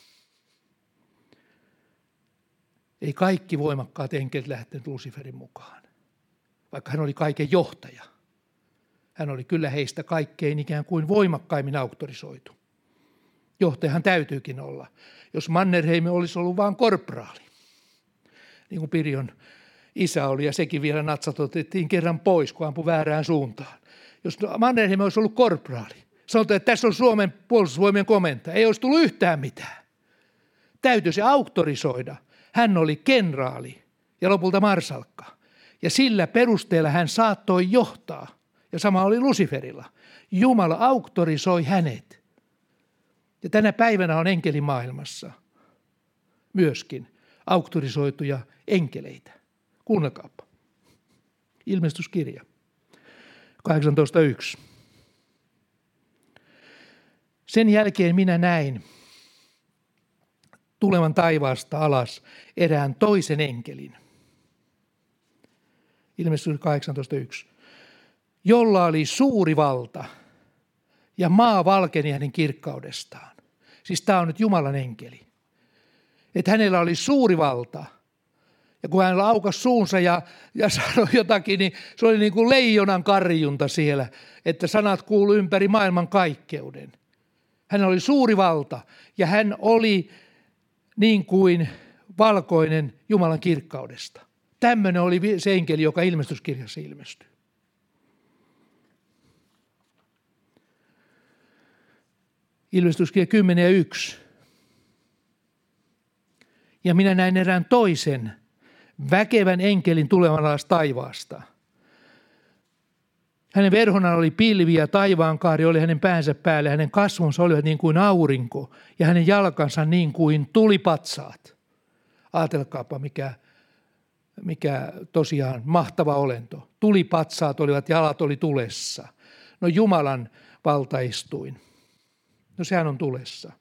Ei kaikki voimakkaat enkelit lähteneet Luciferin mukaan, vaikka hän oli kaiken johtaja. Hän oli kyllä heistä kaikkein ikään kuin voimakkaimmin auktorisoitu. Johtajahan täytyykin olla. Jos Mannerheim olisi ollut vain korporaali, niin kuin Pirjon isä oli, ja sekin vielä natsatotettiin kerran pois, kun ampui väärään suuntaan. Jos Mannerheim olisi ollut korporaali, sanotaan, että tässä on Suomen puolustusvoimien komentaja, ei olisi tullut yhtään mitään. Täytyy se auktorisoida. Hän oli kenraali ja lopulta marsalkka. Ja sillä perusteella hän saattoi johtaa. Ja sama oli Luciferilla. Jumala auktorisoi hänet. Ja tänä päivänä on enkelimaailmassa myöskin auktorisoituja enkeleitä. Kuunnelkaapa. Ilmestyskirja kahdeksantoista yksi. Sen jälkeen minä näin tulevan taivaasta alas erään toisen enkelin. Ilmestys kahdeksantoista yksi. Jolla oli suuri valta ja maa valkeni hänen kirkkaudestaan. Siis tämä on nyt Jumalan enkeli. Että hänellä oli suuri valta Ja kun hän laukasi suunsa ja, ja sanoi jotakin, niin se oli niin kuin leijonan karjunta siellä, että sanat kuului ympäri maailman kaikkeuden. Hän oli suuri valta ja hän oli niin kuin valkoinen Jumalan kirkkaudesta. Tämmöinen oli se enkeli, joka ilmestyskirjassa ilmestyi. Ilmestyskirja kymmenen ja yksi. Ja minä näin erään toisen väkevän enkelin tulevan alas taivaasta. Hänen verhonaan oli pilvi ja taivaankaari oli hänen päänsä päälle. Hänen kasvonsa olivat niin kuin aurinko ja hänen jalkansa niin kuin tulipatsaat. Ajatelkaapa, mikä, mikä tosiaan mahtava olento. Tulipatsaat olivat, jalat oli tulessa. No Jumalan valtaistuin. No sehän on tulessa.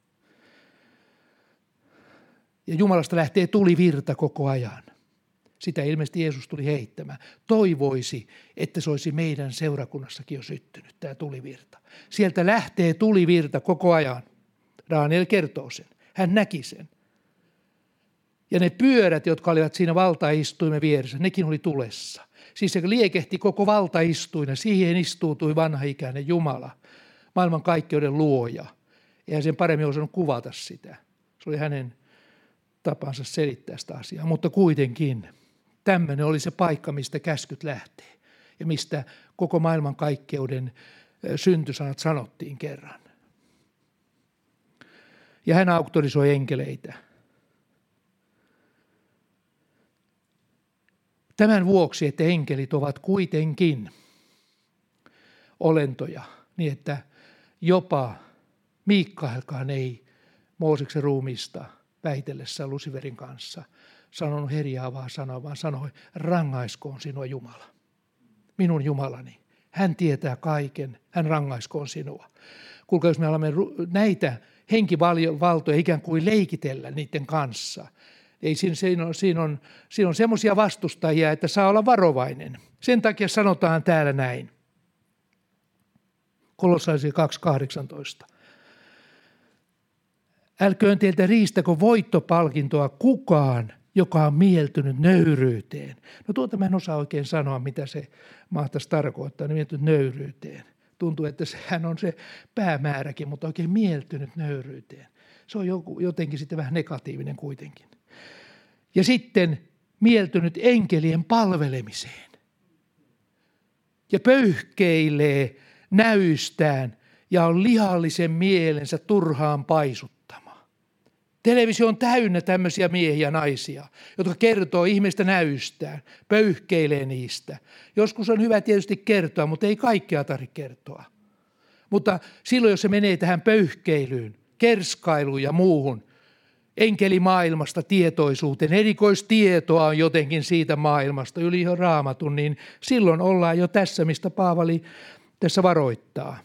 Ja Jumalasta lähtee tulivirta koko ajan. Sitä ilmeisesti Jeesus tuli heittämään. Toivoisi, että se olisi meidän seurakunnassakin jo syttynyt, tämä tulivirta. Sieltä lähtee tulivirta koko ajan. Daniel kertoo sen. Hän näki sen. Ja ne pyörät, jotka olivat siinä valtaistuimen vieressä, nekin oli tulessa. Siis se liekehti koko valtaistuin ja siihen istuutui vanhaikäinen Jumala, maailman kaikkeuden luoja. Eihän sen paremmin osannut kuvata sitä. Se oli hänen tapansa selittää sitä asiaa, mutta kuitenkin tämmöinen oli se paikka, mistä käskyt lähtee ja mistä koko maailman kaikkeuden syntysanat sanottiin kerran. Ja hän auktorisoi enkeleitä. Tämän vuoksi, että enkelit ovat kuitenkin olentoja, niin että jopa Miikkaelkaan ei Mooseksen ruumiista väitellessään Lusiferin kanssa sanonut herjaavaa sanaa, vaan sanoi, rangaiskoon sinua Jumala. Minun Jumalani. Hän tietää kaiken, hän rangaiskoon sinua. Kuulkaa, jos me alamme näitä henkivaltoja ikään kuin leikitellä niiden kanssa, ei, siinä, siinä on, siinä on, siinä on semmoisia vastustajia, että saa olla varovainen. Sen takia sanotaan täällä näin. Kolossaisia kaksi kahdeksantoista. Älköön teiltä riistäkö voittopalkintoa kukaan, joka on mieltynyt nöyryyteen. No tuota mä en osaa oikein sanoa, mitä se mahtaisi tarkoittaa, mieltynyt nöyryyteen. Tuntuu, että sehän on se päämääräkin, mutta oikein mieltynyt nöyryyteen. Se on jotenkin sitten vähän negatiivinen kuitenkin. Ja sitten mieltynyt enkelien palvelemiseen. Ja pöyhkeilee näystään ja on lihallisen mielensä turhaan paisuttama. Televisio on täynnä tämmöisiä miehiä ja naisia, jotka kertoo ihmistä näystään, pöyhkeilee niistä. Joskus on hyvä tietysti kertoa, mutta ei kaikkea tarvitse kertoa. Mutta silloin, jos se menee tähän pöyhkeilyyn, kerskailuun ja muuhun, enkelimaailmasta tietoisuuteen, erikoistietoa on jotenkin siitä maailmasta yli jo Raamatun, niin silloin ollaan jo tässä, mistä Paavali tässä varoittaa.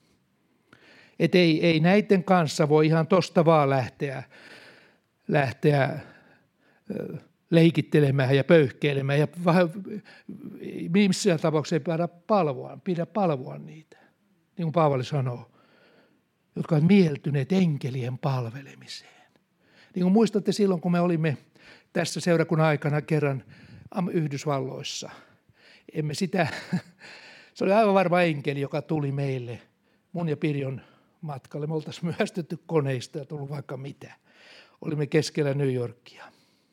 Että ei, ei näiden kanssa voi ihan tosta vaan lähteä, lähteä leikittelemään ja pöyhkeilemään ja missään tapauksessa ei pidä palvoa, pidä palvoa niitä, niin kuin Paavali sanoo, jotka ovat mieltyneet enkelien palvelemiseen. Niin kuin muistatte silloin, kun me olimme tässä seurakunnan aikana kerran Yhdysvalloissa, emme sitä, se oli aivan varma enkeli, joka tuli meille mun ja Pirjon matkalle. Me oltaisiin myöhästytty koneista ja tullut vaikka mitä. Olimme keskellä New Yorkia.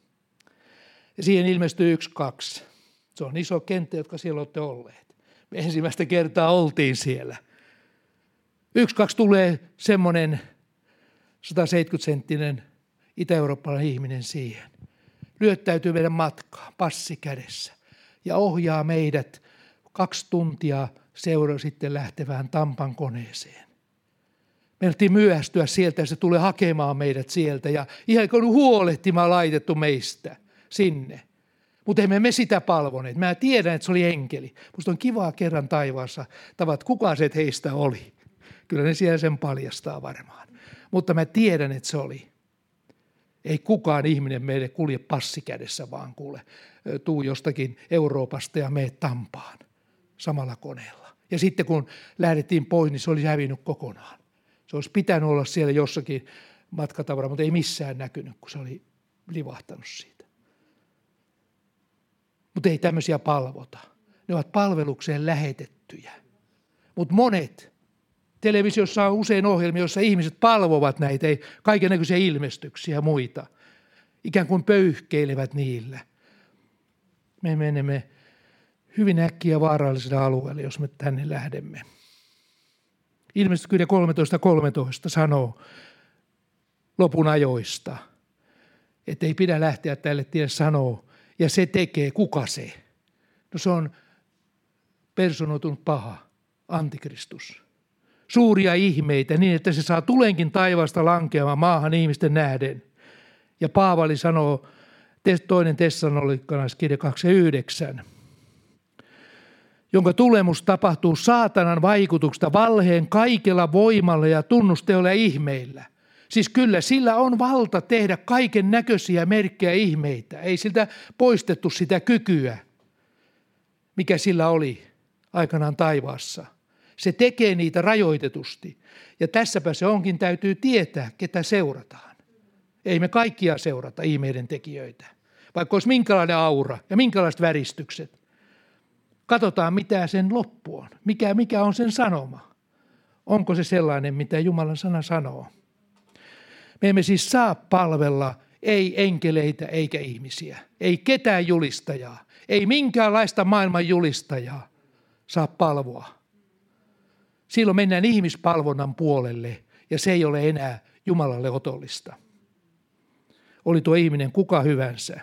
Ja siihen ilmestyi yksi, kaksi. Se on iso kenttä, jotka siellä olette olleet. Me ensimmäistä kertaa oltiin siellä. Yksi, kaksi tulee semmoinen sata seitsemänkymmentä senttinen itä-eurooppalainen ihminen siihen. Lyöttäytyy meidän matkaan, passi kädessä. Ja ohjaa meidät kaksi tuntia seura sitten lähtevään Tampan koneeseen. Me oltiin myöhästyä sieltä ja se tulee hakemaan meidät sieltä ja ihan kuin huolehtimaan laitettu meistä sinne. Mutta emme me sitä palvoneet. Mä tiedän, että se oli enkeli. Musta on kivaa kerran taivaassa tavat, kuka se heistä oli. Kyllä ne siellä sen paljastaa varmaan. Mutta mä tiedän, että se oli. Ei kukaan ihminen meille kulje passi kädessä, vaan kuule, tuu jostakin Euroopasta ja mene Tampaan samalla koneella. Ja sitten kun lähdettiin pois, niin se oli hävinnyt kokonaan. Se olisi pitänyt olla siellä jossakin matkatavara, mutta ei missään näkynyt, kun se oli livahtanut siitä. mutta ei tämmöisiä palvota. Ne ovat palvelukseen lähetettyjä. Mutta monet, televisiossa on usein ohjelmia, joissa ihmiset palvovat näitä kaikennäköisiä ilmestyksiä ja muita. Ikään kuin pöyhkeilevät niillä. Me menemme hyvin äkkiä vaaralliselle alueelle, jos me tänne lähdemme. Ilmestyskirja kolmetoista kolmetoista sanoo lopun ajoista, että ei pidä lähteä tälle tielle sanoa, ja se tekee, kuka se? No se on personoitunut paha, antikristus. Suuria ihmeitä niin, että se saa tulenkin taivaasta lankeamaan maahan ihmisten nähden. Ja Paavali sanoo, toinen Tessalonikalaiskirja kaksi yhdeksän, jonka tulemus tapahtuu saatanan vaikutuksesta valheen kaikella voimalla ja tunnusteolla ja ihmeillä. Siis kyllä sillä on valta tehdä kaiken näköisiä merkkejä ihmeitä. Ei siltä poistettu sitä kykyä, mikä sillä oli aikanaan taivaassa. Se tekee niitä rajoitetusti. Ja tässäpä se onkin, täytyy tietää, ketä seurataan. Ei me kaikkia seurata ihmeiden tekijöitä, vaikka olisi minkälainen aura ja minkälaiset väristykset. Katsotaan, mitä sen loppu on. Mikä, mikä on sen sanoma. Onko se sellainen, mitä Jumalan sana sanoo? Me emme siis saa palvella ei enkeleitä eikä ihmisiä. Ei ketään julistajaa. Ei minkäänlaista maailman julistajaa saa palvoa. Silloin mennään ihmispalvonnan puolelle ja se ei ole enää Jumalalle otollista. Oli tuo ihminen kuka hyvänsä.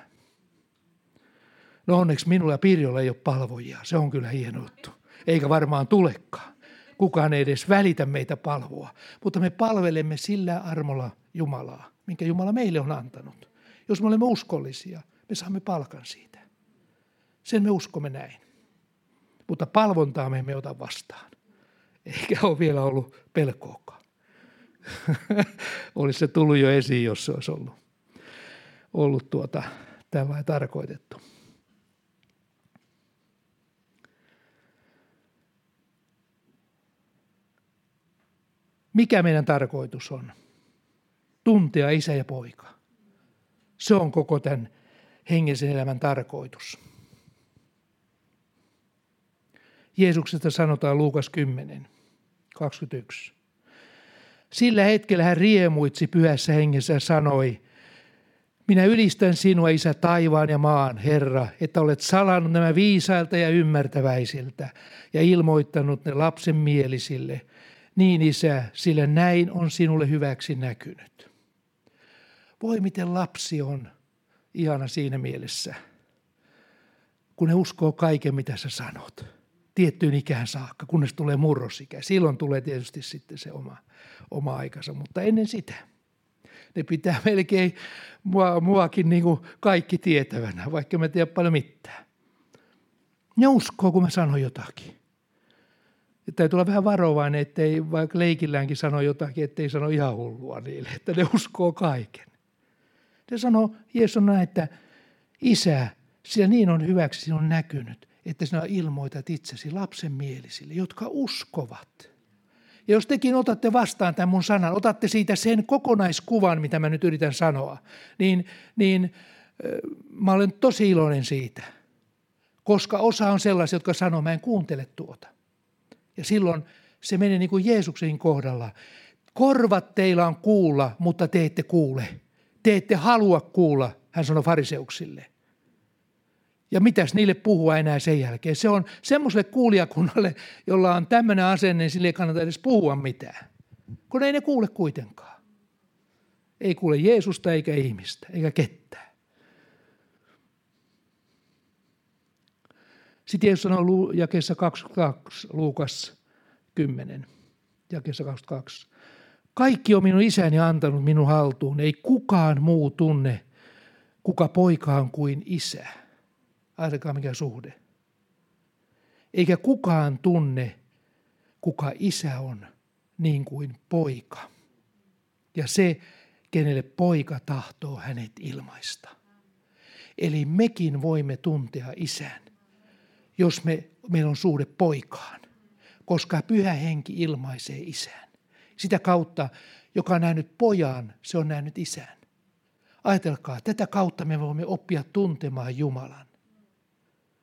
No onneksi minulla ja Pirjolla ei ole palvojia. Se on kyllä hieno juttu. Eikä varmaan tulekaan. Kukaan ei edes välitä meitä palvoa. Mutta me palvelemme sillä armolla Jumalaa, minkä Jumala meille on antanut. Jos me olemme uskollisia, me saamme palkan siitä. Sen me uskomme näin. Mutta palvontaa me emme ota vastaan. Eikä ole vielä ollut pelkoakaan. Olisi se tullut jo esiin, jos se olisi ollut, ollut tuota, tällainen tarkoitettu. Mikä meidän tarkoitus on? Tuntea isä ja poika. Se on koko tämän hengellisen elämän tarkoitus. Jeesuksesta sanotaan Luukas kymmenen kaksikymmentäyksi. Sillä hetkellä hän riemuitsi pyhässä hengessä ja sanoi, minä ylistän sinua, Isä, taivaan ja maan, Herra, että olet salannut nämä viisailta ja ymmärtäväisiltä ja ilmoittanut ne lapsen mielisille. Niin, Isä, sillä näin on sinulle hyväksi näkynyt. Voi miten lapsi on ihana siinä mielessä, kun ne uskoo kaiken, mitä sä sanot. Tiettyyn ikään saakka, kunnes tulee murrosikä. Silloin tulee tietysti sitten se oma, oma aikansa, mutta ennen sitä. Ne pitää melkein mua, muakin niin kuin kaikki tietävänä, vaikka mä tiedä paljon mitään. Ne uskoo, kun mä sanon jotakin. Ja täytyy olla vähän varovainen, ettei vaikka leikilläänkin sano jotakin, ettei sano ihan hullua niille, että ne uskoo kaiken. Ne sanoo, Jeesus on näin, että Isä, sillä niin on hyväksi sinun näkynyt, että sinä ilmoitat itsesi lapsen mielisille, jotka uskovat. Ja jos tekin otatte vastaan tämän mun sanan, otatte siitä sen kokonaiskuvan, mitä mä nyt yritän sanoa, niin, niin äh, mä olen tosi iloinen siitä. Koska osa on sellaisia, jotka sanoo, mä en kuuntele tuota. Ja silloin se menee niin kuin Jeesuksen kohdalla. Korvat teillä on kuulla, mutta te ette kuule. Te ette halua kuulla, hän sanoi fariseuksille. Ja mitäs niille puhua enää sen jälkeen? Se on semmoiselle kuulijakunnalle, jolla on tämmöinen asenne, niin sille ei kannata edes puhua mitään. Kun ei ne kuule kuitenkaan. Ei kuule Jeesusta eikä ihmistä, eikä ketään. Sitten Jeesus sanoo jakeessa kaksikymmentäkaksi, Luukas kymmenen, jakeessa kaksikymmentäkaksi. Kaikki on minun isäni antanut minun haltuun, ei kukaan muu tunne, kuka poika on kuin isä. Ajatelkaa mikä suhde. Eikä kukaan tunne, kuka isä on niin kuin poika. Ja se, kenelle poika tahtoo hänet ilmaista. Eli mekin voimme tuntea isän, jos me, meillä on suhde poikaan, koska Pyhä Henki ilmaisee isän. Sitä kautta, joka on nähnyt pojan, se on nähnyt isän. Ajatelkaa, tätä kautta me voimme oppia tuntemaan Jumalan.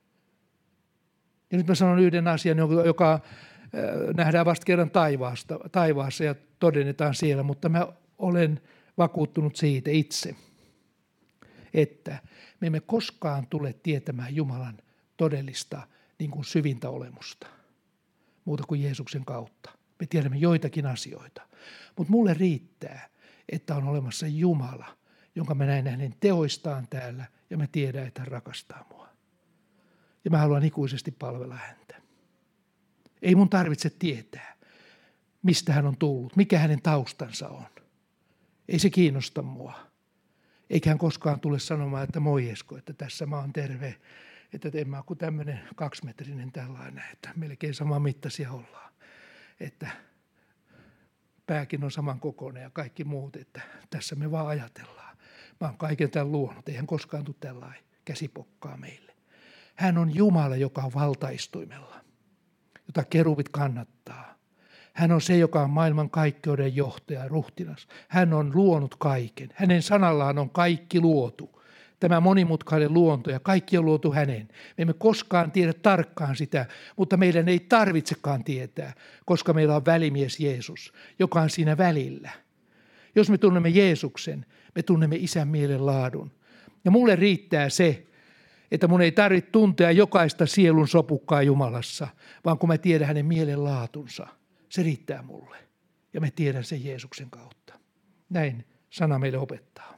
Ja nyt mä sanon yhden asian, joka nähdään vasta kerran taivaasta, taivaassa ja todennetaan siellä, mutta mä olen vakuuttunut siitä itse, että me emme koskaan tule tietämään Jumalan todellista niin kuin syvintä olemusta, muuta kuin Jeesuksen kautta. Me tiedämme joitakin asioita, mutta mulle riittää, että on olemassa Jumala, jonka mä näen hänen teoistaan täällä ja mä tiedän, että hän rakastaa mua. Ja mä haluan ikuisesti palvella häntä. Ei mun tarvitse tietää, mistä hän on tullut, mikä hänen taustansa on. Ei se kiinnosta mua. Eikä hän koskaan tule sanomaan, että moi Esko, että tässä mä oon terve. Että en mä ole kuin tämmöinen kaksimetrinen tällainen, että melkein saman mittaisia ollaan. Että pääkin on saman kokoinen ja kaikki muut, että tässä me vaan ajatellaan. Mä oon kaiken tämän luonut, eihän koskaan tule tällainen käsipokkaa meille. Hän on Jumala, joka on valtaistuimella, jota keruvit kannattaa. Hän on se, joka on maailman kaikkeuden johtaja, ruhtinas. Hän on luonut kaiken. Hänen sanallaan on kaikki luotu. Tämä monimutkainen luonto ja kaikki on luotu hänen. Me emme koskaan tiedä tarkkaan sitä, mutta meidän ei tarvitsekaan tietää, koska meillä on välimies Jeesus, joka on siinä välillä. Jos me tunnemme Jeesuksen, me tunnemme Isän mielen laadun. Ja mulle riittää se, että mun ei tarvitse tuntea jokaista sielun sopukkaa Jumalassa, vaan kun mä tiedän hänen mielen laatunsa, se riittää mulle. Ja mä tiedän sen Jeesuksen kautta. Näin sana meille opettaa.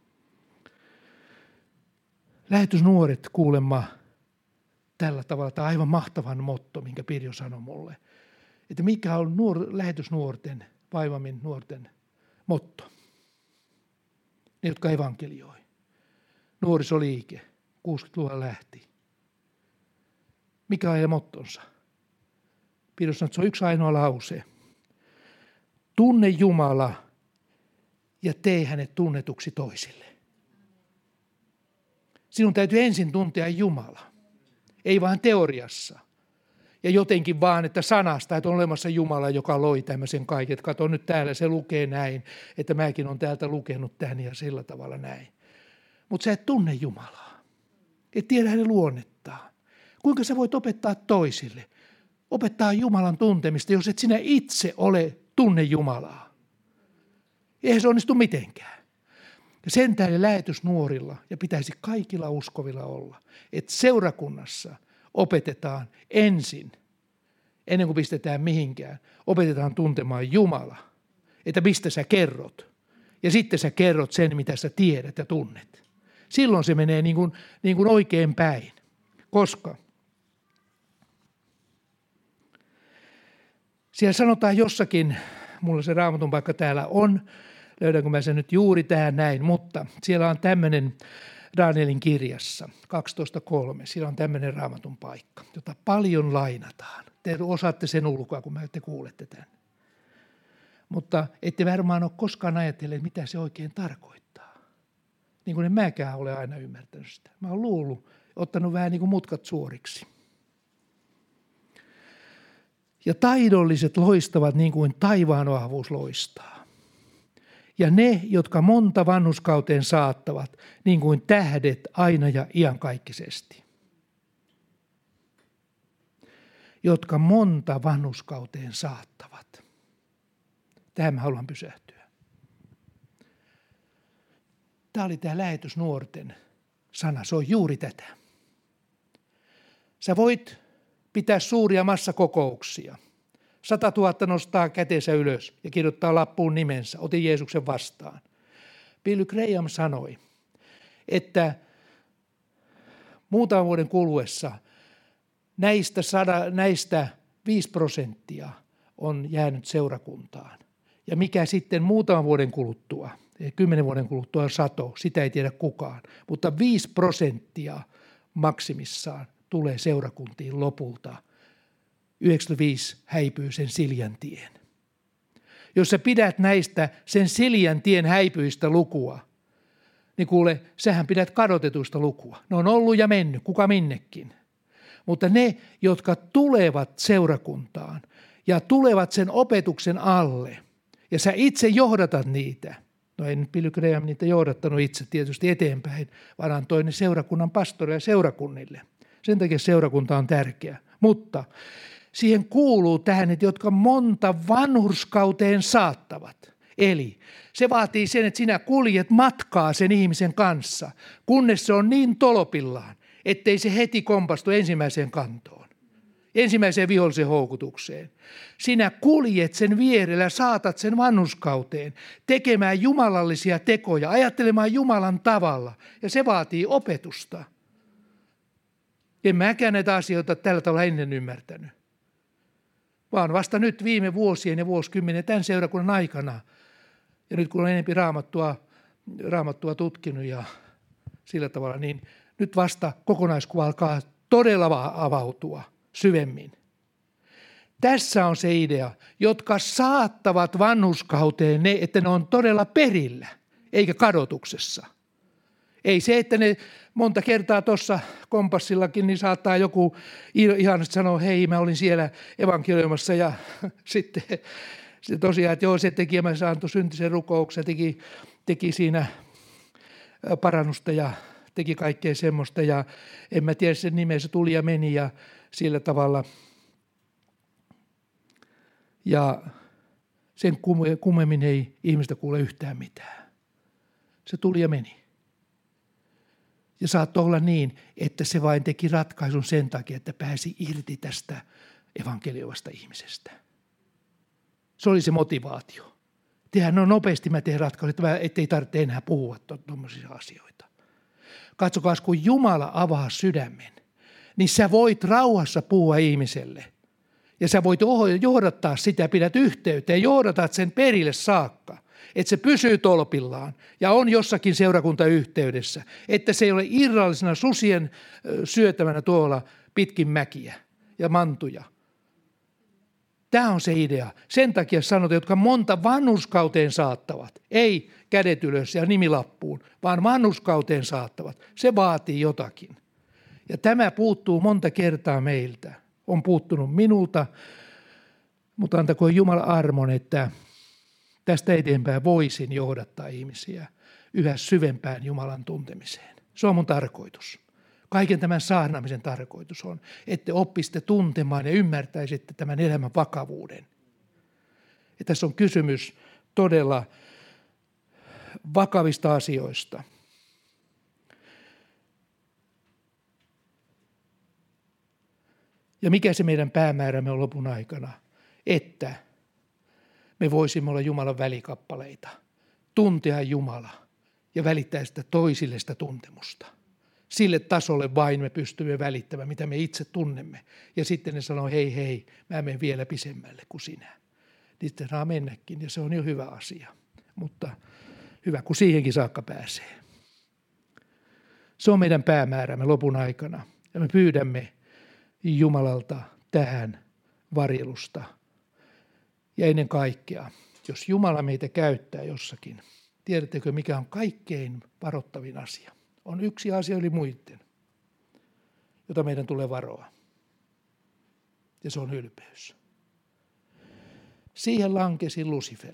Lähetysnuoret kuulemma tällä tavalla, tämä aivan mahtavan motto, minkä Pirjo sanoi mulle, että mikä on nuor- lähetysnuorten, Vaivamin nuorten motto. Ne, jotka evankelioi. Nuorisoliike, kuusikymmentäluvulla lähti. Mikä on heidän mottonsa? Pirjo sanoi, että se on yksi ainoa lause. Tunne Jumala ja tee hänet tunnetuksi toisille. Sinun täytyy ensin tuntea Jumala, ei vaan teoriassa. Ja jotenkin vaan, että sanasta, että on olemassa Jumala, joka loi tämmöisen kaiken. Että kato nyt täällä, se lukee näin, että mäkin olen täältä lukenut tämän ja sillä tavalla näin. Mutta sä et tunne Jumalaa, et tiedä hänen luonnettaan. Kuinka sä voit opettaa toisille? Opettaa Jumalan tuntemista, jos et sinä itse ole tunne Jumalaa. Eihän se onnistu mitenkään. Ja sen tähden lähetysnuorilla, ja pitäisi kaikilla uskovilla olla, että seurakunnassa opetetaan ensin, ennen kuin pistetään mihinkään, opetetaan tuntemaan Jumala, että mistä sä kerrot. Ja sitten sä kerrot sen, mitä sä tiedät ja tunnet. Silloin se menee niin kuin, niin kuin oikein päin, koska siellä sanotaan jossakin, mulla se Raamatun paikka täällä on, löydänkö mä sen nyt juuri tähän näin, mutta siellä on tämmöinen Danielin kirjassa kaksitoista kolme, siellä on tämmöinen Raamatun paikka, jota paljon lainataan. Te osaatte sen ulkoa, kun te kuulette tämän. Mutta ette varmaan ole koskaan ajatelleet, mitä se oikein tarkoittaa. Niin kuin en mäkään ole aina ymmärtänyt sitä. Mä oon luullut, ottanut vähän niin kuin mutkat suoriksi. Ja taidolliset loistavat niin kuin taivaan vahvuus loistaa. Ja ne, jotka monta vanhuskauteen saattavat, niin kuin tähdet aina ja iankaikkisesti. Jotka monta vanhuskauteen saattavat. Tähän mä haluan pysähtyä. Tämä oli tämä lähetysnuorten sana. Se on juuri tätä. Sä voit pitää suuria massakokouksia. Sata tuhatta nostaa kätensä ylös ja kirjoittaa lappuun nimensä. Otin Jeesuksen vastaan. Billy Graham sanoi, että muutaman vuoden kuluessa näistä, sada, näistä viisi prosenttia on jäänyt seurakuntaan. Ja mikä sitten muutaman vuoden kuluttua, kymmenen vuoden kuluttua on sato, sitä ei tiedä kukaan. Mutta viisi prosenttia maksimissaan tulee seurakuntiin lopulta. yhdeksänkymmentäviisi häipyy sen Siljan tien. Jos sä pidät näistä sen Siljan tien häipyistä lukua, niin kuule, sähän pidät kadotetuista lukua. Ne on ollut ja mennyt, kuka minnekin. Mutta ne, jotka tulevat seurakuntaan ja tulevat sen opetuksen alle, ja sä itse johdatat niitä, no ei nyt Billy Graham niitä johdattanut itse tietysti eteenpäin, vaan antoi ne seurakunnan pastoreille ja seurakunnille. Sen takia seurakunta on tärkeä. Mutta siihen kuuluu tähän, että jotka monta vanhurskauteen saattavat. Eli se vaatii sen, että sinä kuljet matkaa sen ihmisen kanssa, kunnes se on niin tolpillaan, ettei se heti kompastu ensimmäiseen kantoon, ensimmäiseen vihollisen houkutukseen. Sinä kuljet sen vierellä, saatat sen vanhurskauteen, tekemään jumalallisia tekoja, ajattelemaan Jumalan tavalla, ja se vaatii opetusta. En mäkään näitä asioita tällä tavalla ennen ymmärtänyt, vaan vasta nyt viime vuosien ja vuosikymmenen tämän seurakunnan aikana, ja nyt kun olen enemmän raamattua, raamattua tutkinut ja sillä tavalla, niin nyt vasta kokonaiskuva alkaa todella avautua syvemmin. Tässä on se idea, jotka saattavat vanhurskauteen ne, että ne on todella perillä, eikä kadotuksessa. Ei se, että ne monta kertaa tuossa kompassillakin, niin saattaa joku ihanasti sanoa, hei, mä olin siellä evankelioimassa ja sitten se tosiaan, että joo, se teki, mä antoi syntisen rukouksen, teki, teki siinä parannusta ja teki kaikkea semmoista ja en mä tiedä sen nimeä, se tuli ja meni ja sillä tavalla. Ja sen kummemmin ei ihmistä kuule yhtään mitään. Se tuli ja meni. Ja saattoi olla niin, että se vain teki ratkaisun sen takia, että pääsi irti tästä evankelioivasta ihmisestä. Se oli se motivaatio. Tehdään no nopeasti, mä teen ratkaisut, ettei tarvitse enää puhua tuommoisia asioita. Katsokaa, kun Jumala avaa sydämen, niin sä voit rauhassa puhua ihmiselle. Ja sä voit johdattaa sitä, pidät yhteyttä ja johdatat sen perille saakka. Että se pysyy tolpillaan ja on jossakin seurakuntayhteydessä. Että se ei ole irrallisena susien syötävänä tuolla pitkin mäkiä ja mantuja. Tämä on se idea. Sen takia sanotaan, jotka monta vanhurskauteen saattavat. Ei kädet ylös ja nimilappuun, vaan vanhurskauteen saattavat. Se vaatii jotakin. Ja tämä puuttuu monta kertaa meiltä. On puuttunut minulta, mutta antakoon Jumala armon, että tästä eteenpäin voisin johdattaa ihmisiä yhä syvempään Jumalan tuntemiseen. Se on mun tarkoitus. Kaiken tämän saarnaamisen tarkoitus on, että oppisitte tuntemaan ja ymmärtäisitte tämän elämän vakavuuden. Ja tässä on kysymys todella vakavista asioista. Ja mikä se meidän päämäärämme on lopun aikana? Että me voisimme olla Jumalan välikappaleita, tuntea Jumala ja välittää sitä toisille sitä tuntemusta. Sille tasolle vain me pystymme välittämään, mitä me itse tunnemme. Ja sitten ne sanoo, hei hei, mä menen vielä pisemmälle kuin sinä. Niitä saa mennäkin ja se on jo hyvä asia. Mutta hyvä, kun siihenkin saakka pääsee. Se on meidän päämäärämme lopun aikana. Ja me pyydämme Jumalalta tähän varjelusta. Ja ennen kaikkea, jos Jumala meitä käyttää jossakin, tiedättekö mikä on kaikkein varoittavin asia? On yksi asia yli muiden, jota meidän tulee varoa. Ja se on ylpeys. Siihen lankesi Lucifer.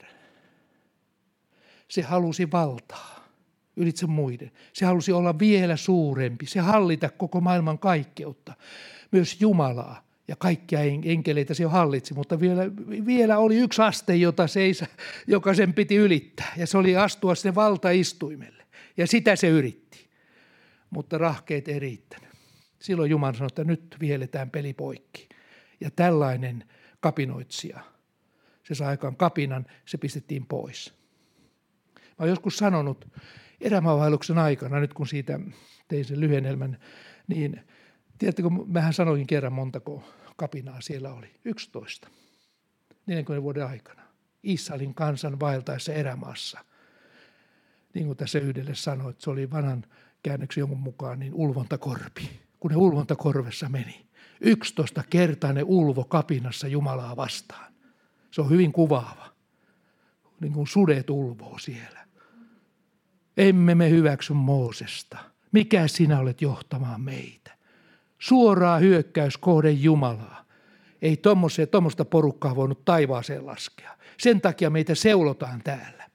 Se halusi valtaa ylitse muiden. Se halusi olla vielä suurempi. Se hallita koko maailman kaikkeutta. Myös Jumalaa ja kaikkia enkeleitä se jo hallitsi, mutta vielä, vielä oli yksi aste, jota se ei, joka sen piti ylittää. Ja se oli astua sinne valtaistuimelle. Ja sitä se yritti. Mutta rahkeet ei riittänyt. Silloin Jumala sanoi, että nyt vieletään peli poikki. Ja tällainen kapinoitsija, se sai aikaan kapinan, se pistettiin pois. Mä oon joskus sanonut elämänvaelluksen aikana, nyt kun siitä tein sen lyhennelmän, niin tiedättekö, mähän sanoin kerran montako kapinaa siellä oli. yksitoista. neljänkymmenen vuoden aikana. Israelin kansan vaeltaessa erämaassa. Niin kuin tässä yhdelle sanoi, että se oli vanhan käännöksen jonkun mukaan, niin ulvontakorpi. Kun ne ulvontakorvessa meni. yksitoista kertaa ne ulvo kapinassa Jumalaa vastaan. Se on hyvin kuvaava. Niin kuin sudet ulvoo siellä. Emme me hyväksy Moosesta. Mikä sinä olet johtamaan meitä? Suoraa hyökkäys kohden Jumalaa. Ei tuommoista porukkaa voinut taivaaseen laskea. Sen takia meitä seulotaan täällä.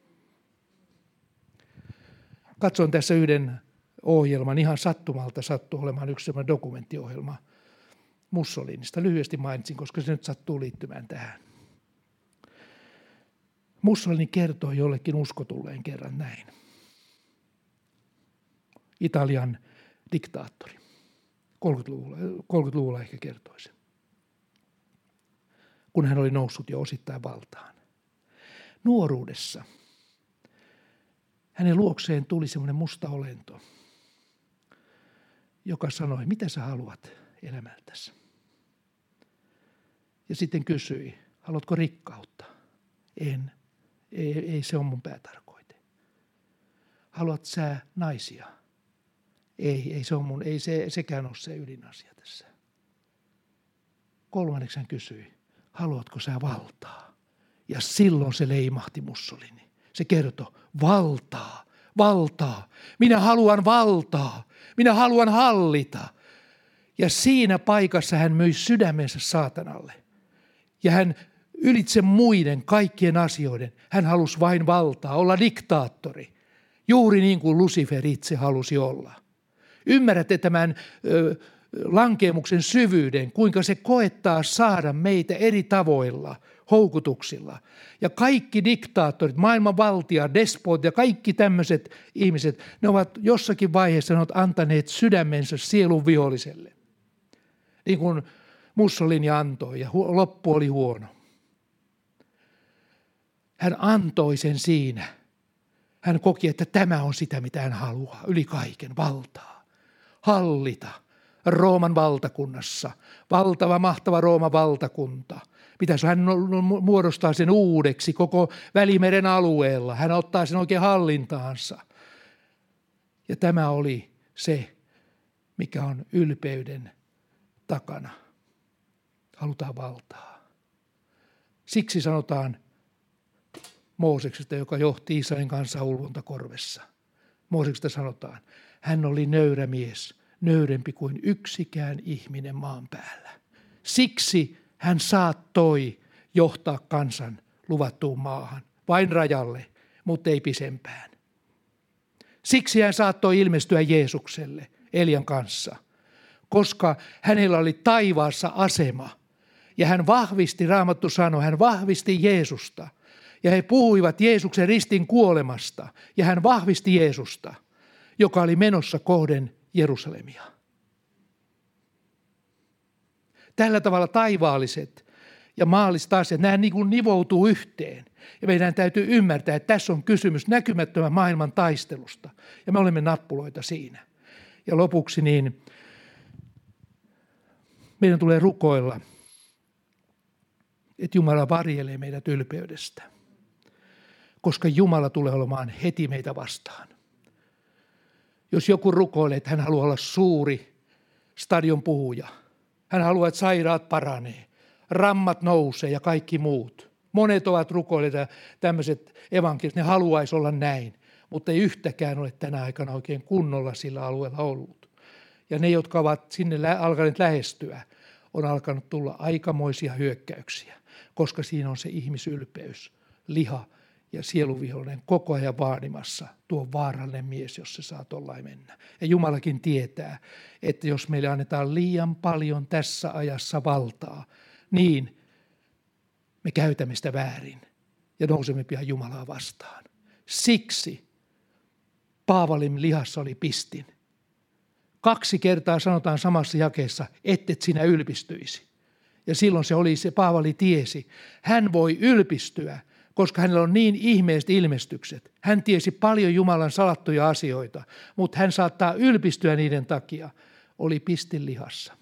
Katson tässä yhden ohjelman, ihan sattumalta sattui olemaan yksi sellainen dokumenttiohjelma. Mussolinista. Lyhyesti mainitsin, koska se nyt sattuu liittymään tähän. Mussolini kertoi jollekin uskotulleen kerran näin. Italian diktaattori. kolmekymmentäluvulla, kolmekymmentäluvulla ehkä kertoi sen. Kun hän oli noussut jo osittain valtaan. Nuoruudessa hänen luokseen tuli semmoinen musta olento, joka sanoi, mitä sä haluat elämältäsi? Ja sitten kysyi, haluatko rikkautta? En. Ei, ei se ole mun päätarkoite. Haluat sä naisia? Ei, ei se on mun, ei se, sekään ole se ydinasia tässä. Kolmanneksi hän kysyi, haluatko sä valtaa? Ja silloin se leimahti Mussolini. Se kertoi, valtaa, valtaa. Minä haluan valtaa. Minä haluan hallita. Ja siinä paikassa hän myi sydämensä saatanalle. Ja hän ylitse muiden kaikkien asioiden, hän halusi vain valtaa, olla diktaattori. Juuri niin kuin Lucifer itse halusi olla. Ymmärrätte tämän ö, lankeemuksen syvyyden, kuinka se koettaa saada meitä eri tavoilla, houkutuksilla. Ja kaikki diktaattorit, maailman valtia, despot ja kaikki tämmöiset ihmiset, ne ovat jossakin vaiheessa ne ovat antaneet sydämensä sielun viholliselle. Niin kuin Mussolini antoi ja hu- loppu oli huono. Hän antoi sen siinä. Hän koki, että tämä on sitä, mitä hän haluaa, yli kaiken valtaa. Hallita Rooman valtakunnassa, valtava, mahtava Rooman valtakunta. Pitäisi hän muodostaa sen uudeksi koko Välimeren alueella. Hän ottaa sen oikein hallintaansa. Ja tämä oli se, mikä on ylpeyden takana. Halutaan valtaa. Siksi sanotaan Mooseksesta, joka johti Israelin kansaa ulvontakorvessa. Mooseksesta sanotaan, hän oli nöyrä mies, nöyrempi kuin yksikään ihminen maan päällä. Siksi hän saattoi johtaa kansan luvattuun maahan, vain rajalle, mutta ei pisempään. Siksi hän saattoi ilmestyä Jeesukselle Elian kanssa, koska hänellä oli taivaassa asema. Ja hän vahvisti, Raamattu sanoi, hän vahvisti Jeesusta. Ja he puhuivat Jeesuksen ristin kuolemasta. Ja hän vahvisti Jeesusta, joka oli menossa kohden Jerusalemia. Tällä tavalla taivaalliset ja maalliset asiat, nämä niin kuin nivoutuu yhteen. Ja meidän täytyy ymmärtää, että tässä on kysymys näkymättömän maailman taistelusta. Ja me olemme nappuloita siinä. Ja lopuksi niin meidän tulee rukoilla, että Jumala varjelee meidät ylpeydestä. Koska Jumala tulee olemaan heti meitä vastaan. Jos joku rukoilee, että hän haluaa olla suuri stadion puhuja. Hän haluaa, että sairaat paranee, rammat nousee ja kaikki muut. Monet ovat rukoilleet tämmöiset evankelit, ne haluaisi olla näin, mutta ei yhtäkään ole tänä aikana oikein kunnolla sillä alueella ollut. Ja ne, jotka ovat sinne alkaneet lähestyä, on alkanut tulla aikamoisia hyökkäyksiä, koska siinä on se ihmisylpeys, liha ja sieluvihollinen koko ajan vaadimassa tuo vaarallinen mies, jos se saa tollain mennä. Ja Jumalakin tietää, että jos meille annetaan liian paljon tässä ajassa valtaa, niin me käytämme sitä väärin ja nousemme pian Jumalaa vastaan. Siksi Paavalin lihassa oli pistin. Kaksi kertaa sanotaan samassa jakeessa, ettet sinä ylpistyisi. Ja silloin se oli se, Paavali tiesi, hän voi ylpistyä, koska hänellä on niin ihmeelliset ilmestykset. Hän tiesi paljon Jumalan salattuja asioita, mutta hän saattaa ylpistyä niiden takia. Oli pistin lihassa.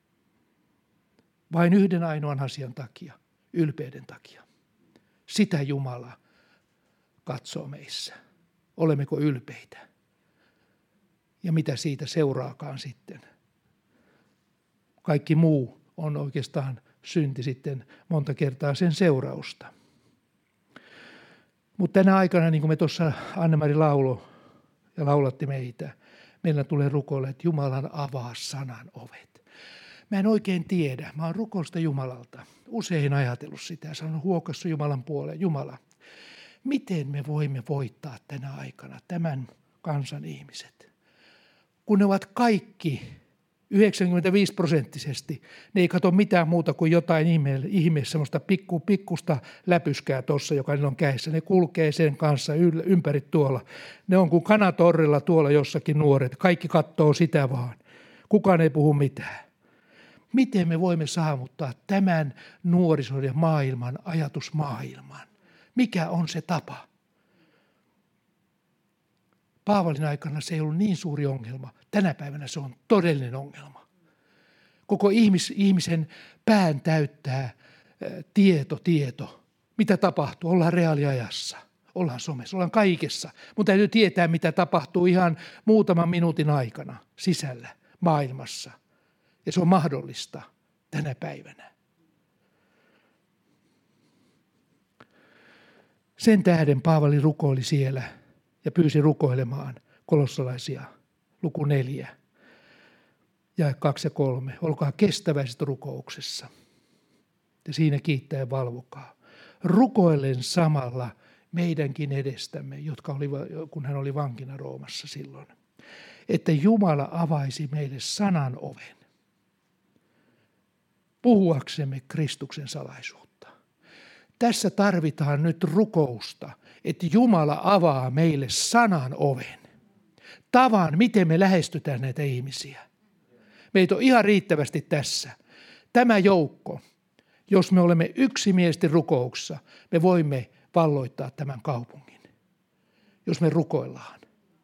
Vain yhden ainoan asian takia, ylpeyden takia. Sitä Jumala katsoo meissä. Olemmeko ylpeitä? Ja mitä siitä seuraakaan sitten? Kaikki muu on oikeastaan synti sitten monta kertaa sen seurausta. Mutta tänä aikana, niin kuin me tuossa Anne-Mari laulo ja laulatti meitä, meillä tulee rukoilla, että Jumalan avaa sanan ovet. Mä en oikein tiedä. Mä oon rukoista Jumalalta. Usein ajatellut sitä ja sanon huokassu Jumalan puoleen. Jumala, miten me voimme voittaa tänä aikana tämän kansan ihmiset? Kun ne ovat kaikki yhdeksänkymmentäviisi prosenttisesti. Ne ei katso mitään muuta kuin jotain ihme, ihme semmoista pikku, pikkusta läpyskää tuossa, joka niillä on kädessä. Ne kulkee sen kanssa ympäri tuolla. Ne on kuin kanatorrilla tuolla jossakin nuoret. Kaikki katsoo sitä vaan. Kukaan ei puhu mitään. Miten me voimme saavuttaa tämän nuorison ja maailman ajatusmaailman? Mikä on se tapa? Paavalin aikana se ei ollut niin suuri ongelma. Tänä päivänä se on todellinen ongelma. Koko ihmis, ihmisen pään täyttää ä, tieto, tieto. Mitä tapahtuu? Ollaan reaaliajassa. Ollaan somessa, ollaan kaikessa. Mutta täytyy tietää, mitä tapahtuu ihan muutaman minuutin aikana sisällä maailmassa. Ja se on mahdollista tänä päivänä. Sen tähden Paavali rukoili siellä ja pyysi rukoilemaan kolossalaisia luku neljä ja kaksi ja kolme. Olkaa kestäväiset rukouksessa ja siinä kiittää ja valvokaa. Rukoilen samalla meidänkin edestämme, jotka oli, kun hän oli vankina Roomassa silloin, että Jumala avaisi meille sanan oven puhuaksemme Kristuksen salaisuutta. Tässä tarvitaan nyt rukousta, että Jumala avaa meille sanan oven. Tavan, miten me lähestytään näitä ihmisiä. Meitä on ihan riittävästi tässä. Tämä joukko, jos me olemme yksimielisesti rukouksessa, me voimme valloittaa tämän kaupungin. Jos me rukoillaan.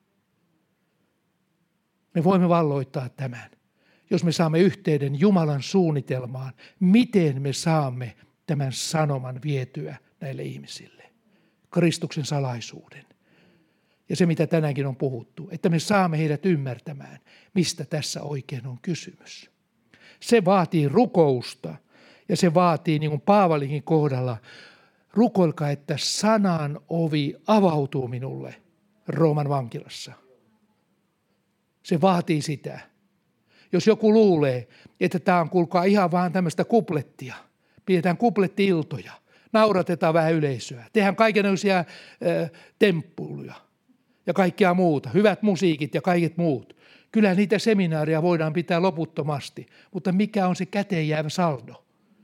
Me voimme valloittaa tämän. Jos me saamme yhteyden Jumalan suunnitelmaan, miten me saamme tämän sanoman vietyä näille ihmisille. Kristuksen salaisuuden. Ja se, mitä tänäänkin on puhuttu, että me saamme heidät ymmärtämään, mistä tässä oikein on kysymys. Se vaatii rukousta ja se vaatii, niin kuin Paavalinkin kohdalla, rukoilkaa, että sanan ovi avautuu minulle Rooman vankilassa. Se vaatii sitä. Jos joku luulee, että tämä on kuulkaa ihan vaan tämmöistä kuplettia, pidetään kupletti-iltoja, nauratetaan vähän yleisöä, tehdään kaikenlaisia äh, temppuiluja ja kaikkea muuta, hyvät musiikit ja kaiket muut. Kyllä niitä seminaaria voidaan pitää loputtomasti, mutta mikä on se käteen jäävä saldo?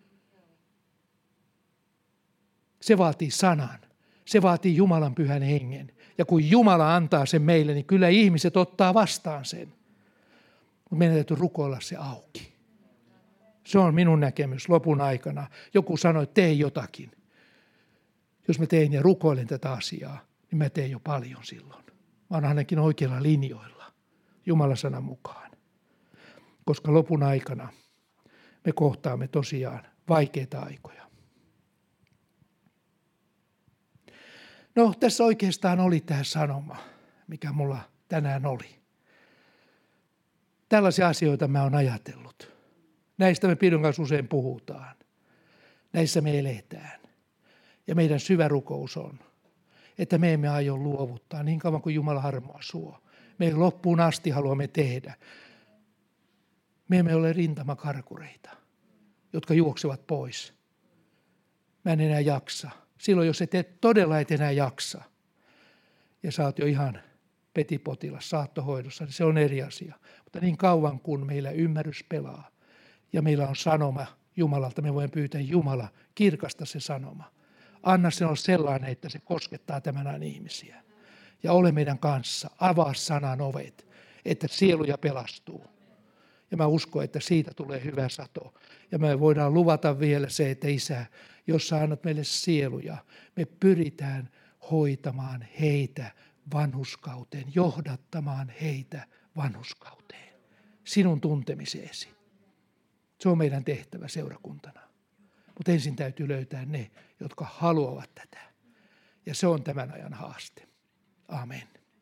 Se vaatii sanan, se vaatii Jumalan pyhän hengen. Ja kun Jumala antaa sen meille, niin kyllä ihmiset ottaa vastaan sen. Mutta meidän täytyy rukoilla se auki. Se on minun näkemys lopun aikana. Joku sanoi, että tee jotakin. Jos mä tein ja rukoilen tätä asiaa, niin mä teen jo paljon silloin. Mä oon ainakin oikeilla linjoilla Jumalan sanan mukaan. Koska lopun aikana me kohtaamme tosiaan vaikeita aikoja. No, tässä oikeastaan oli tämä sanoma, mikä mulla tänään oli. Tällaisia asioita mä oon ajatellut. Näistä me Pidon kanssa usein puhutaan. Näissä me eletään. Ja meidän syvä rukous on, että me emme aio luovuttaa niin kauan kuin Jumala armoa suo. Me loppuun asti haluamme tehdä. Me emme ole rintamakarkureita, jotka juoksevat pois. Mä en enää jaksa. Silloin, jos et, et todella et enää jaksa ja sä oot jo ihan petipotilas saattohoidossa, niin se on eri asia. Mutta niin kauan kun meillä ymmärrys pelaa ja meillä on sanoma Jumalalta, me voimme pyytää Jumala, kirkasta se sanoma. Anna se olla sellainen, että se koskettaa tämän ajan ihmisiä. Ja ole meidän kanssa, avaa sanan ovet, että sieluja pelastuu. Ja mä uskon, että siitä tulee hyvä sato. Ja me voidaan luvata vielä se, että Isä, jos sä annat meille sieluja, me pyritään hoitamaan heitä vanhuskauteen, johdattamaan heitä vanhuskauteen, sinun tuntemiseesi. Se on meidän tehtävä seurakuntana. Mutta ensin täytyy löytää ne, jotka haluavat tätä. Ja se on tämän ajan haaste. Amen.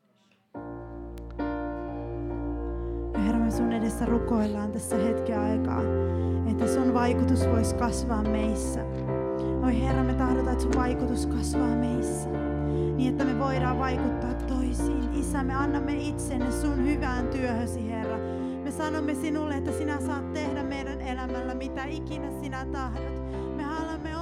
Herra, me sun edessä rukoillaan tässä hetken aikaa, että sun vaikutus voisi kasvaa meissä. Oi Herra, me tahdotaan, että sun vaikutus kasvaa meissä, niin että me voidaan vaikuttaa toisiin. Isä, me annamme itsenne sun hyvään työhösi, Herra. Me sanomme sinulle, että sinä saat tehdä meidän elämällä mitä ikinä sinä tahdot. Me haluamme